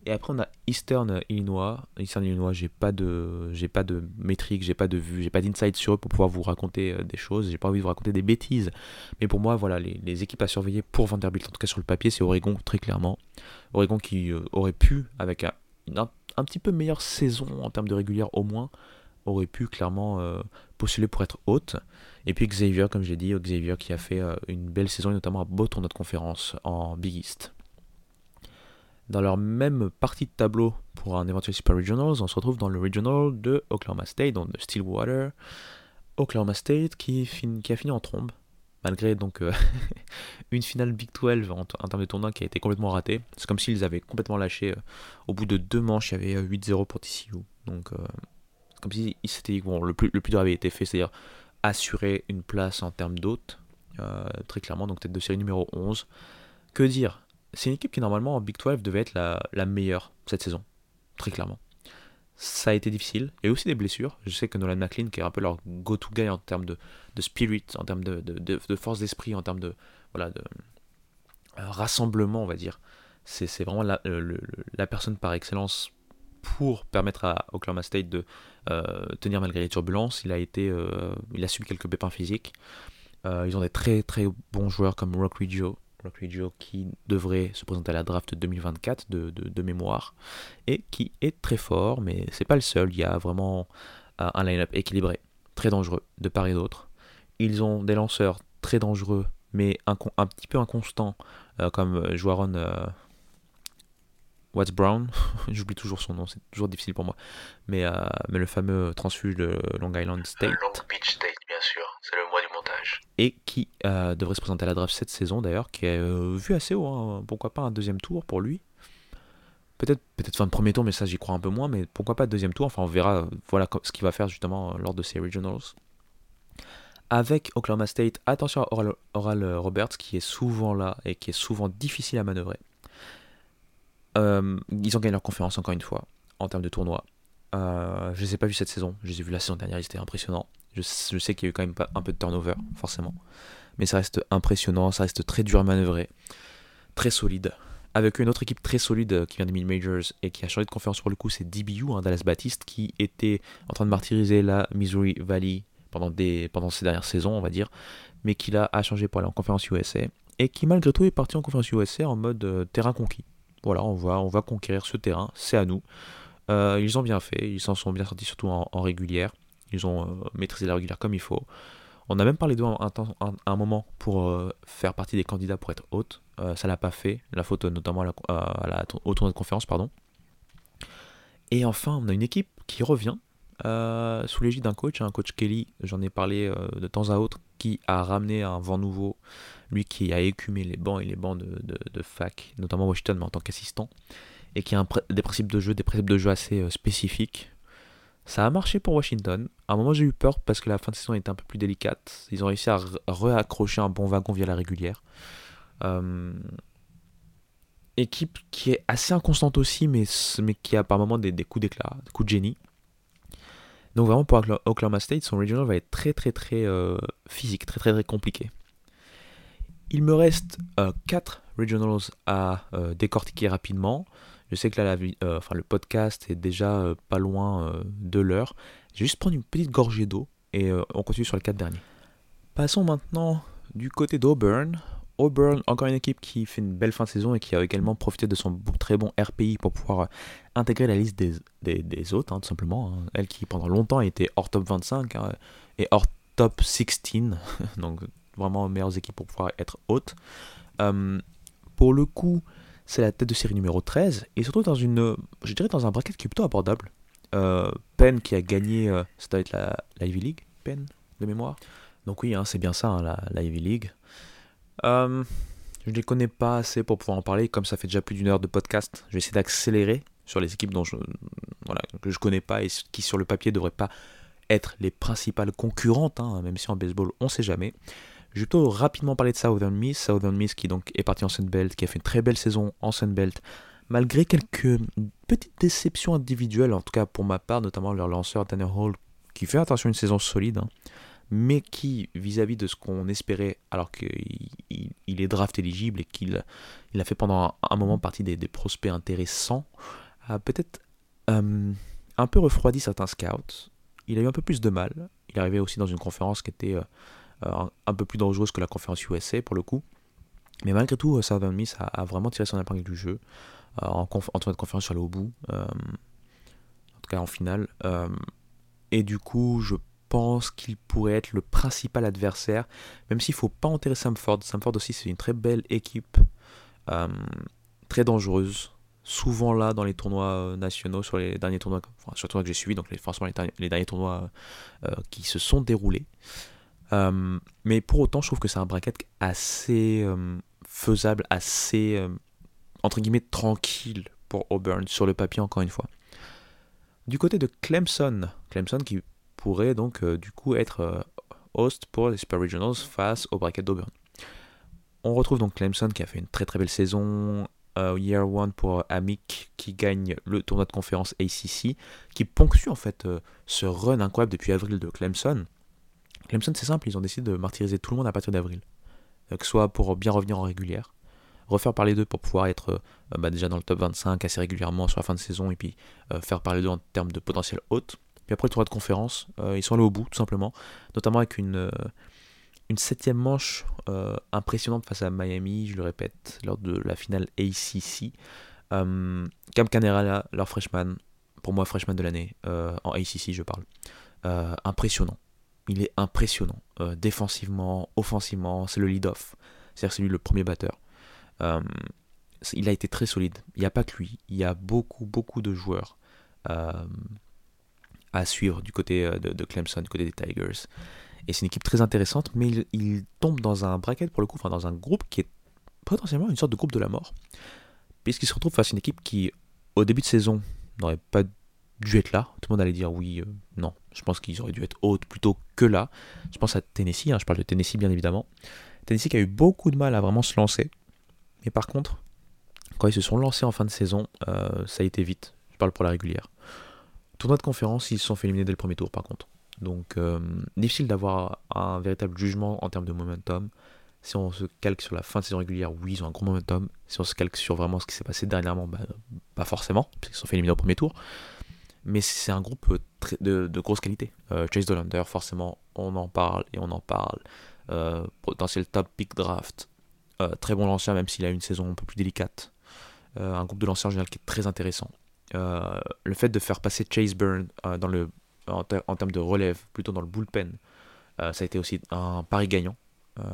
Et après, on a Eastern Illinois. Eastern Illinois, j'ai pas de, j'ai pas de métrique, j'ai pas de vue, j'ai pas d'insight sur eux pour pouvoir vous raconter euh, des choses. J'ai pas envie de vous raconter des bêtises. Mais pour moi, voilà, les, les équipes à surveiller pour Vanderbilt, en tout cas sur le papier, c'est Oregon, très clairement. Oregon qui euh, aurait pu, avec un, un, un petit peu meilleure saison en termes de régulière au moins, aurait pu clairement euh, postuler pour être haute. Et puis Xavier, comme j'ai dit, Xavier qui a fait euh, une belle saison, et notamment un beau tournoi de conférence en Big East. Dans leur même partie de tableau pour un éventuel Super Regionals, on se retrouve dans le Regional de Oklahoma State, donc de Stillwater. Oklahoma State qui, fin, qui a fini en trombe, malgré donc euh, une finale Big douze en, en termes de tournoi qui a été complètement ratée. C'est comme s'ils avaient complètement lâché. Euh, au bout de deux manches, il y avait euh, huit zéro pour T C U. Donc, euh, c'est comme si c'était, bon, le, plus, le plus dur avait été fait, c'est-à-dire assurer une place en termes d'hôtes, euh, très clairement, donc tête de série numéro onze. Que dire ? C'est une équipe qui normalement en Big douze devait être la, la meilleure cette saison, très clairement. Ça a été difficile, il y a eu aussi des blessures. Je sais que Nolan McLean, qui est un peu leur go-to guy en termes de, de spirit, en termes de, de, de, de force d'esprit, en termes de, voilà, de euh, rassemblement, on va dire, c'est, c'est vraiment la, le, le, la personne par excellence pour permettre à Oklahoma State de euh, tenir malgré les turbulences. Il a, été, euh, il a subi quelques pépins physiques. Euh, ils ont des très très bons joueurs comme Rock Riggio, Rock Riggio qui devrait se présenter à la draft deux mille vingt-quatre de, de, de mémoire et qui est très fort, mais c'est pas le seul. Il y a vraiment euh, un line-up équilibré, très dangereux de part et d'autre. Ils ont des lanceurs très dangereux, mais un, un petit peu inconstants, euh, comme Juaron euh, Watts Brown. J'oublie toujours son nom, c'est toujours difficile pour moi. Mais, euh, mais le fameux transfuge de Long Island State. Long Beach State, bien sûr, c'est le mois du montage. Et qui euh, devrait se présenter à la draft cette saison d'ailleurs, qui est euh, vu assez haut, hein. Pourquoi pas un deuxième tour pour lui. Peut-être peut-être fin de premier tour, mais ça j'y crois un peu moins, mais pourquoi pas deuxième tour, enfin on verra voilà ce qu'il va faire justement lors de ces regionals. Avec Oklahoma State, attention à Oral, Oral Roberts qui est souvent là et qui est souvent difficile à manœuvrer. Euh, ils ont gagné leur conférence encore une fois en termes de tournoi. Euh, je les ai pas vus cette saison, je les ai vus la saison dernière, ils étaient impressionnants. Je, je sais qu'il y a eu quand même pas, un peu de turnover, forcément. Mais ça reste impressionnant, ça reste très dur à manœuvrer, très solide. Avec une autre équipe très solide qui vient des mid-majors et qui a changé de conférence pour le coup, c'est D B U, hein, Dallas Baptiste, qui était en train de martyriser la Missouri Valley pendant, des, pendant ces dernières saisons, on va dire, mais qui là a changé pour aller en conférence U S A et qui malgré tout est parti en conférence U S A en mode euh, terrain conquis. Voilà, on va, on va conquérir ce terrain, c'est à nous. Euh, ils ont bien fait, ils s'en sont bien sortis surtout en, en régulière. Ils ont euh, maîtrisé la régulière comme il faut. On a même parlé d'eux un, un, un moment pour euh, faire partie des candidats pour être hôte. Euh, ça l'a pas fait, la faute notamment à la, à la, au tournoi de conférence, pardon. Et enfin, on a une équipe qui revient euh, sous l'égide d'un coach, un coach Kelly, j'en ai parlé euh, de temps à autre, qui a ramené un vent nouveau, lui qui a écumé les bancs et les bancs de, de, de fac, notamment Washington, mais en tant qu'assistant, et qui a un, des principes de jeu, des principes de jeu assez euh, spécifiques. Ça a marché pour Washington. À un moment, j'ai eu peur parce que la fin de saison était un peu plus délicate. Ils ont réussi à réaccrocher un bon wagon via la régulière. Euh... Équipe qui est assez inconstante aussi, mais, mais qui a par moments des, des coups d'éclat, des coups de génie. Donc vraiment pour Oklahoma State, son regional va être très très très euh, physique, très très très compliqué. Il me reste euh, quatre regionals à euh, décortiquer rapidement. Je sais que là, la, euh, enfin, le podcast est déjà euh, pas loin euh, de l'heure. Je vais juste prendre une petite gorgée d'eau et euh, on continue sur les quatre derniers. Passons maintenant du côté d'Auburn. Auburn, encore une équipe qui fait une belle fin de saison et qui a également profité de son très bon R P I pour pouvoir euh, intégrer la liste des, des, des autres, hein, tout simplement. Hein. Elle qui pendant longtemps a été hors top vingt-cinq hein, et hors top seize, donc vraiment meilleures équipes pour pouvoir être haute. Euh, pour le coup, c'est la tête de série numéro treize et surtout dans une, je dirais dans un bracket qui est plutôt abordable. Euh, Penn qui a gagné, euh, ça doit être la, la Ivy League, Penn de mémoire. Donc oui, hein, c'est bien ça, hein, la, la Ivy League. Euh, je ne les connais pas assez pour pouvoir en parler, comme ça fait déjà plus d'une heure de podcast. Je vais essayer d'accélérer sur les équipes dont je, voilà, que je ne connais pas et qui sur le papier ne devraient pas être les principales concurrentes, hein, même si en baseball on ne sait jamais. Je vais plutôt rapidement parler de Southern Miss. Southern Miss qui donc est parti en Sun Belt, qui a fait une très belle saison en Sun Belt, malgré quelques petites déceptions individuelles, en tout cas pour ma part, notamment leur lanceur Tanner Hall, qui fait attention à une saison solide, hein, mais qui, vis-à-vis de ce qu'on espérait, alors qu'il il, il est draft éligible et qu'il il a fait pendant un, un moment partie des, des prospects intéressants, a peut-être euh, un peu refroidi certains scouts. Il a eu un peu plus de mal. Il arrivait aussi dans une conférence qui était euh, un, un peu plus dangereuse que la conférence U S A pour le coup. Mais malgré tout, euh, Southern Miss a, a vraiment tiré son épingle du jeu. Euh, en, conf- en tournoi de conférence sur le haut bout. Euh, en tout cas en finale. Euh, et du coup, je pense qu'il pourrait être le principal adversaire, même s'il ne faut pas enterrer Samford. Samford aussi, c'est une très belle équipe, euh, très dangereuse, souvent là dans les tournois nationaux, sur les derniers tournois, enfin, sur les tournois que j'ai suivis, donc les, forcément les, derniers, les derniers tournois euh, qui se sont déroulés. Euh, mais pour autant, je trouve que c'est un bracket assez euh, faisable, assez, euh, entre guillemets, tranquille pour Auburn, sur le papier encore une fois. Du côté de Clemson, Clemson qui pourrait donc euh, du coup être euh, host pour les Super Regionals face au bracket d'Auburn. On retrouve donc Clemson qui a fait une très très belle saison, euh, Year one pour Amick qui gagne le tournoi de conférence A C C, qui ponctue en fait euh, ce run incroyable depuis avril de Clemson. Clemson c'est simple, ils ont décidé de martyriser tout le monde à partir d'avril, euh, que ce soit pour bien revenir en régulière, refaire parler d'eux pour pouvoir être euh, bah, déjà dans le top vingt-cinq assez régulièrement sur la fin de saison et puis euh, faire parler d'eux en termes de potentiel haute. Puis après le tournoi de conférence, euh, ils sont allés au bout tout simplement, notamment avec une, euh, une septième manche euh, impressionnante face à Miami, je le répète, lors de la finale A C C. Euh, Cam Canerala, leur freshman, pour moi freshman de l'année, euh, en A C C je parle, euh, impressionnant. Il est impressionnant, euh, défensivement, offensivement, c'est le lead-off, c'est-à-dire que c'est lui le premier batteur. Euh, il a été très solide. Il n'y a pas que lui. Il y a beaucoup, beaucoup de joueurs euh, à suivre du côté de, de Clemson, du côté des Tigers. Et c'est une équipe très intéressante, mais il, il tombe dans un bracket, pour le coup, enfin dans un groupe qui est potentiellement une sorte de groupe de la mort. Puisqu'il se retrouve face à une équipe qui, au début de saison, n'aurait pas dû être là. Tout le monde allait dire oui, euh, non. Je pense qu'ils auraient dû être hautes plutôt que là. Je pense à Tennessee, hein, je parle de Tennessee bien évidemment. Tennessee qui a eu beaucoup de mal à vraiment se lancer. Mais par contre, quand ils se sont lancés en fin de saison, euh, ça a été vite. Je parle pour la régulière. Tournoi de conférence, ils se sont fait éliminer dès le premier tour par contre. Donc, euh, difficile d'avoir un véritable jugement en termes de momentum. Si on se calque sur la fin de saison régulière, oui, ils ont un gros momentum. Si on se calque sur vraiment ce qui s'est passé dernièrement, bah, pas forcément, parce qu'ils se sont fait éliminer au premier tour. Mais c'est un groupe très, de, de grosse qualité. Euh, Chase Dollander, forcément, on en parle et on en parle. Euh, potentiel top pick draft. Euh, très bon lanceur, même s'il a une saison un peu plus délicate. Euh, un groupe de lanceurs en général qui est très intéressant. Euh, le fait de faire passer Chase Burn euh, dans le, en, ter- en termes de relève, plutôt dans le bullpen, euh, ça a été aussi un pari gagnant euh,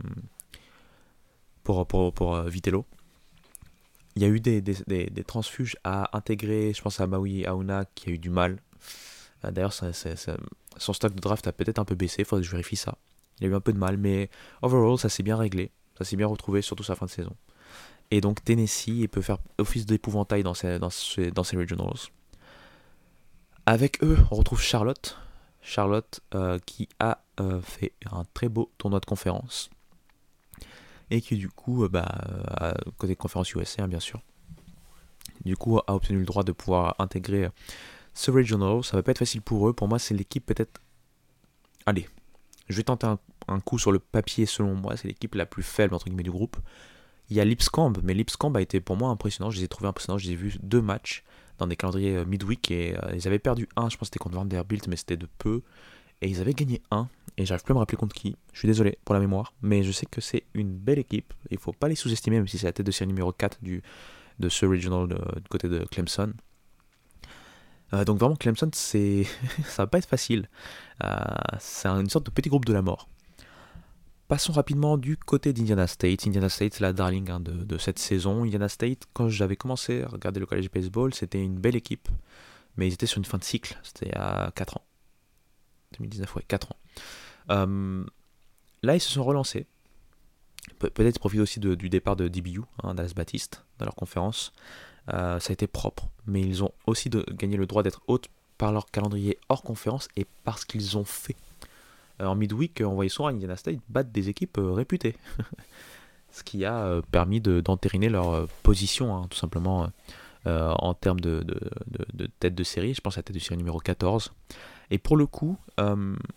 pour, pour, pour euh, Vitello. Il y a eu des, des, des, des transfuges à intégrer, je pense à Maui Auna qui a eu du mal. Euh, d'ailleurs, ça, ça, ça, son stock de draft a peut-être un peu baissé, il faudrait que je vérifie ça. Il a eu un peu de mal, mais overall, ça s'est bien réglé. Ça s'est bien retrouvé, surtout sa fin de saison. Et donc Tennessee, il peut faire office d'épouvantail dans ces, dans ces, dans ces regionals. Avec eux, on retrouve Charlotte. Charlotte euh, qui a euh, fait un très beau tournoi de conférence. Et qui du coup, euh, bah, euh, côté conférence U S A, hein, bien sûr, du coup a obtenu le droit de pouvoir intégrer ce regional. Ça va pas être facile pour eux. Pour moi, c'est l'équipe peut-être... Allez, je vais tenter un, un coup sur le papier, selon moi. C'est l'équipe la plus faible, entre guillemets, du groupe. Il y a Lipscomb, mais Lipscomb a été pour moi impressionnant. Je les ai trouvés impressionnants. Je les ai vus deux matchs dans des calendriers euh, midweek et euh, ils avaient perdu un. Je pense que c'était contre Vanderbilt, mais c'était de peu. Et ils avaient gagné un. Et j'arrive plus à me rappeler contre qui. Je suis désolé pour la mémoire, mais je sais que c'est une belle équipe. Il faut pas les sous-estimer, même si c'est la tête de série numéro quatre du, de ce regional de, du côté de Clemson. Euh, donc vraiment, Clemson, c'est ça va pas être facile. Euh, c'est une sorte de petit groupe de la mort. Passons rapidement du côté d'Indiana State. Indiana State, c'est la darling hein, de, de cette saison. Indiana State, quand j'avais commencé à regarder le college baseball, c'était une belle équipe. Mais ils étaient sur une fin de cycle. C'était à quatre ans. deux mille dix-neuf, ouais, quatre ans. Euh, là, ils se sont relancés. Pe- peut-être profite aussi de, du départ de D B U, hein, Dallas Baptiste, dans leur conférence. Euh, ça a été propre. Mais ils ont aussi de, gagné le droit d'être hôtes par leur calendrier hors conférence et parce qu'ils ont fait. En midweek, on voyait souvent Indiana State battre des équipes euh, réputées. Ce qui a euh, permis de, d'entériner leur euh, position, hein, tout simplement, euh, en termes de, de, de, de tête de série. Je pense à la tête de série numéro quatorze. Et pour le coup, euh,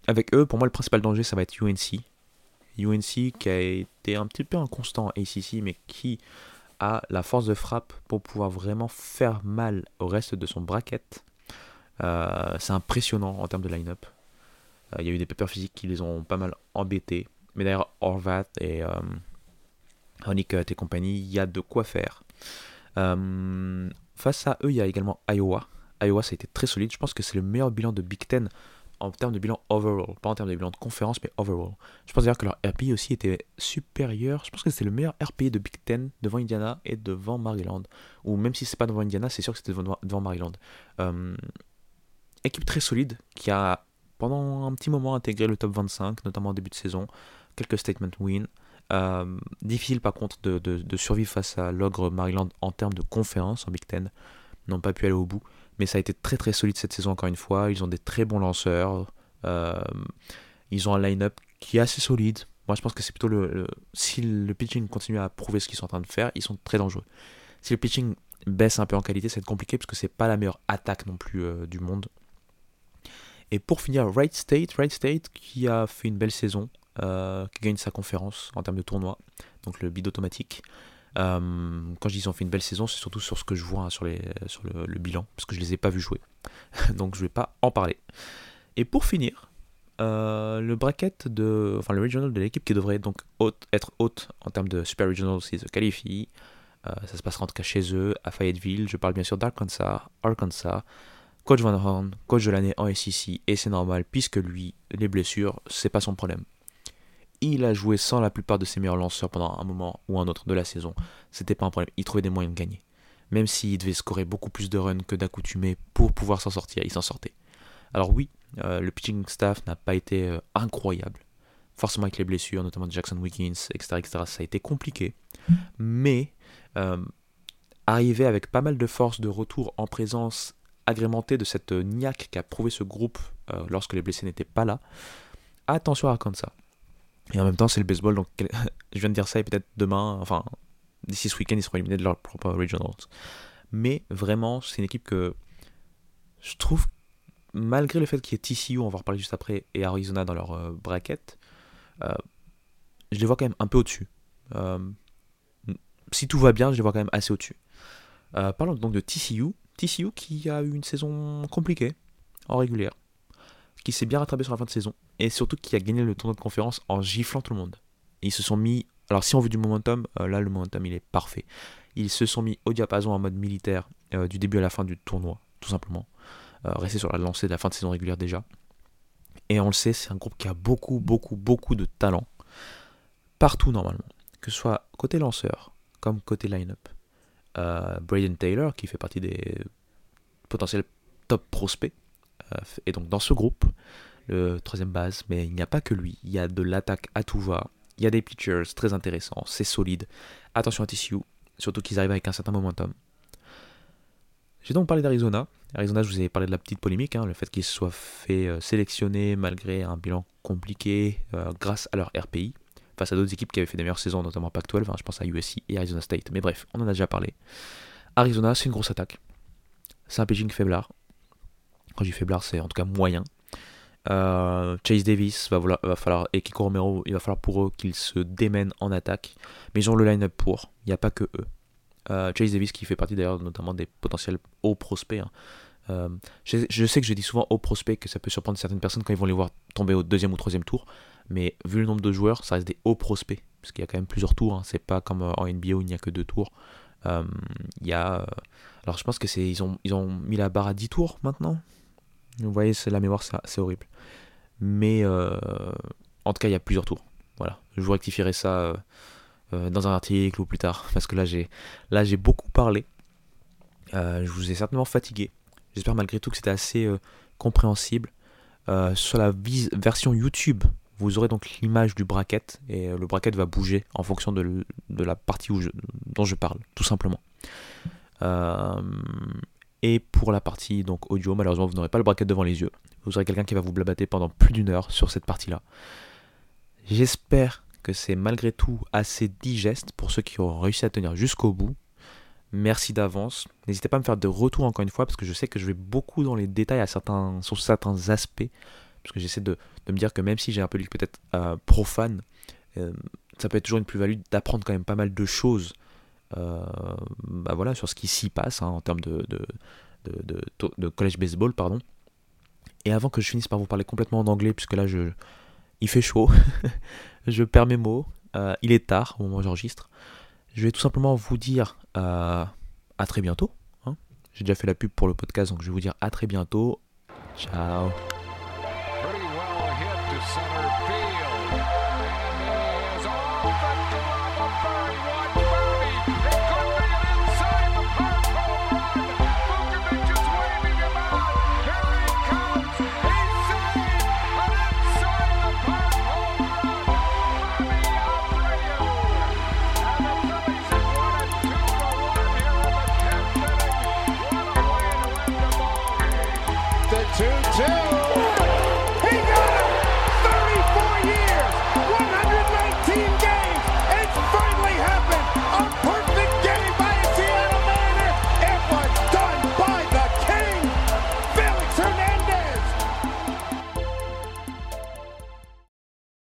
avec eux, pour moi, le principal danger, ça va être U N C. U N C qui a été un petit peu inconstant A C C, mais qui a la force de frappe pour pouvoir vraiment faire mal au reste de son bracket. Euh, c'est impressionnant en termes de line-up. Il euh, y a eu des papers physiques qui les ont pas mal embêtés. Mais d'ailleurs, Horvath et euh, Honeycutt et compagnie, il y a de quoi faire. Euh, face à eux, il y a également Iowa. Iowa, ça a été très solide. Je pense que c'est le meilleur bilan de Big Ten en termes de bilan overall. Pas en termes de bilan de conférence, mais overall. Je pense d'ailleurs que leur R P I aussi était supérieur. Je pense que c'était le meilleur R P I de Big Ten devant Indiana et devant Maryland. Ou même si c'est pas devant Indiana, c'est sûr que c'était devant, devant Maryland. Euh, équipe très solide qui a pendant un petit moment intégré le top vingt-cinq, notamment en début de saison. Quelques statement wins. Euh, difficile par contre de, de, de survivre face à l'ogre Maryland en termes de conférence en Big Ten. N'ont pas pu aller au bout. Mais ça a été très très solide cette saison encore une fois. Ils ont des très bons lanceurs. Euh, ils ont un line-up qui est assez solide. Moi je pense que c'est plutôt le, le... Si le pitching continue à prouver ce qu'ils sont en train de faire, ils sont très dangereux. Si le pitching baisse un peu en qualité, ça va être compliqué parce que c'est pas la meilleure attaque non plus euh, du monde. Et pour finir, Wright State, Wright State qui a fait une belle saison, euh, qui gagne sa conférence en termes de tournoi, donc le bid automatique. Euh, quand je dis qu'ils ont fait une belle saison, c'est surtout sur ce que je vois hein, sur, les, sur le, le bilan, parce que je les ai pas vus jouer. Donc je vais pas en parler. Et pour finir, euh, le bracket de, enfin le regional de l'équipe qui devrait donc haute, être haute en termes de Super Regional s'ils se qualifient. Euh, ça se passera en tout cas chez eux, à Fayetteville. Je parle bien sûr d'Arkansas, Arkansas. Coach Van Horn, coach de l'année en S E C, et c'est normal puisque lui, les blessures, c'est pas son problème. Il a joué sans la plupart de ses meilleurs lanceurs pendant un moment ou un autre de la saison. C'était pas un problème, il trouvait des moyens de gagner. Même s'il devait scorer beaucoup plus de runs que d'accoutumé pour pouvoir s'en sortir, il s'en sortait. Alors oui, euh, le pitching staff n'a pas été euh, incroyable. Forcément avec les blessures, notamment de Jackson Wiggins, et cetera, et cetera, ça a été compliqué. Mais euh, arriver avec pas mal de force de retour en présence agrémenté de cette niaque qu'a prouvé ce groupe euh, lorsque les blessés n'étaient pas là. Attention à Arkansas. Et en même temps, c'est le baseball, donc je viens de dire ça et peut-être demain, enfin, d'ici ce week-end, ils seront éliminés de leur propre regionals. Mais vraiment, c'est une équipe que je trouve, malgré le fait qu'il y ait T C U, on va en reparler juste après, et Arizona dans leur euh, bracket, euh, je les vois quand même un peu au-dessus. Euh, si tout va bien, je les vois quand même assez au-dessus. Euh, parlons donc de T C U. T C U qui a eu une saison compliquée, en régulière, qui s'est bien rattrapé sur la fin de saison, et surtout qui a gagné le tournoi de conférence en giflant tout le monde. Et ils se sont mis, alors si on veut du momentum, euh, là le momentum il est parfait. Ils se sont mis au diapason en mode militaire euh, du début à la fin du tournoi, tout simplement. Euh, rester sur la lancée de la fin de saison régulière déjà. Et on le sait, c'est un groupe qui a beaucoup, beaucoup, beaucoup de talent, partout normalement, que ce soit côté lanceur, comme côté line-up. Euh, Braden Taylor, qui fait partie des potentiels top prospects, euh, est donc dans ce groupe, le troisième base, mais il n'y a pas que lui, il y a de l'attaque à tout va, il y a des pitchers très intéressants, c'est solide. Attention à T C U, surtout qu'ils arrivent avec un certain momentum. J'ai donc parlé d'Arizona. Arizona, je vous ai parlé de la petite polémique, hein, le fait qu'ils se soient fait euh, sélectionner malgré un bilan compliqué euh, grâce à leur R P I, face à d'autres équipes qui avaient fait des meilleures saisons, notamment Pac douze, hein, je pense à U S C et Arizona State. Mais bref, on en a déjà parlé. Arizona, c'est une grosse attaque. C'est un pitching faiblard. Quand je dis faiblard, c'est en tout cas moyen. Euh, Chase Davis, va, vouloir, va falloir, et Kiko Romero, il va falloir pour eux qu'ils se démènent en attaque. Mais ils ont le line-up pour. Il n'y a pas que eux. Euh, Chase Davis qui fait partie d'ailleurs notamment des potentiels hauts prospects. Hein. Euh, je, je sais que je dis souvent hauts prospects, que ça peut surprendre certaines personnes quand ils vont les voir tomber au deuxième ou troisième tour. Mais vu le nombre de joueurs, ça reste des hauts prospects. Parce qu'il y a quand même plusieurs tours. Hein. C'est pas comme en N B A où il n'y a que deux tours. Euh, il y a... Alors je pense que c'est ils ont, ils ont mis la barre à dix tours maintenant. Vous voyez, c'est, la mémoire, c'est, c'est horrible. Mais euh, en tout cas, il y a plusieurs tours. Voilà. Je vous rectifierai ça euh, euh, dans un article ou plus tard. Parce que là, j'ai, là, j'ai beaucoup parlé. Euh, je vous ai certainement fatigué. J'espère malgré tout que c'était assez euh, compréhensible. Euh, sur la vis- version YouTube, vous aurez donc l'image du bracket. Et euh, le bracket va bouger en fonction de, l- de la partie où je, dont je parle, tout simplement. Euh... Et pour la partie donc audio, malheureusement, vous n'aurez pas le bracket devant les yeux. Vous aurez quelqu'un qui va vous blabater pendant plus d'une heure sur cette partie-là. J'espère que c'est malgré tout assez digeste pour ceux qui auront réussi à tenir jusqu'au bout. Merci d'avance. N'hésitez pas à me faire des retours encore une fois, parce que je sais que je vais beaucoup dans les détails à certains, sur certains aspects. parce que j'essaie de, de me dire que même si j'ai un public peut-être euh, profane, euh, ça peut être toujours une plus-value d'apprendre quand même pas mal de choses euh, bah voilà, sur ce qui s'y passe hein, en termes de, de, de, de, de, de college baseball. Pardon. Et avant que je finisse par vous parler complètement en anglais, puisque là je, il fait chaud, je perds mes mots, euh, il est tard au moment où j'enregistre, je vais tout simplement vous dire euh, à très bientôt. Hein. J'ai déjà fait la pub pour le podcast, donc je vais vous dire à très bientôt. Ciao. two two.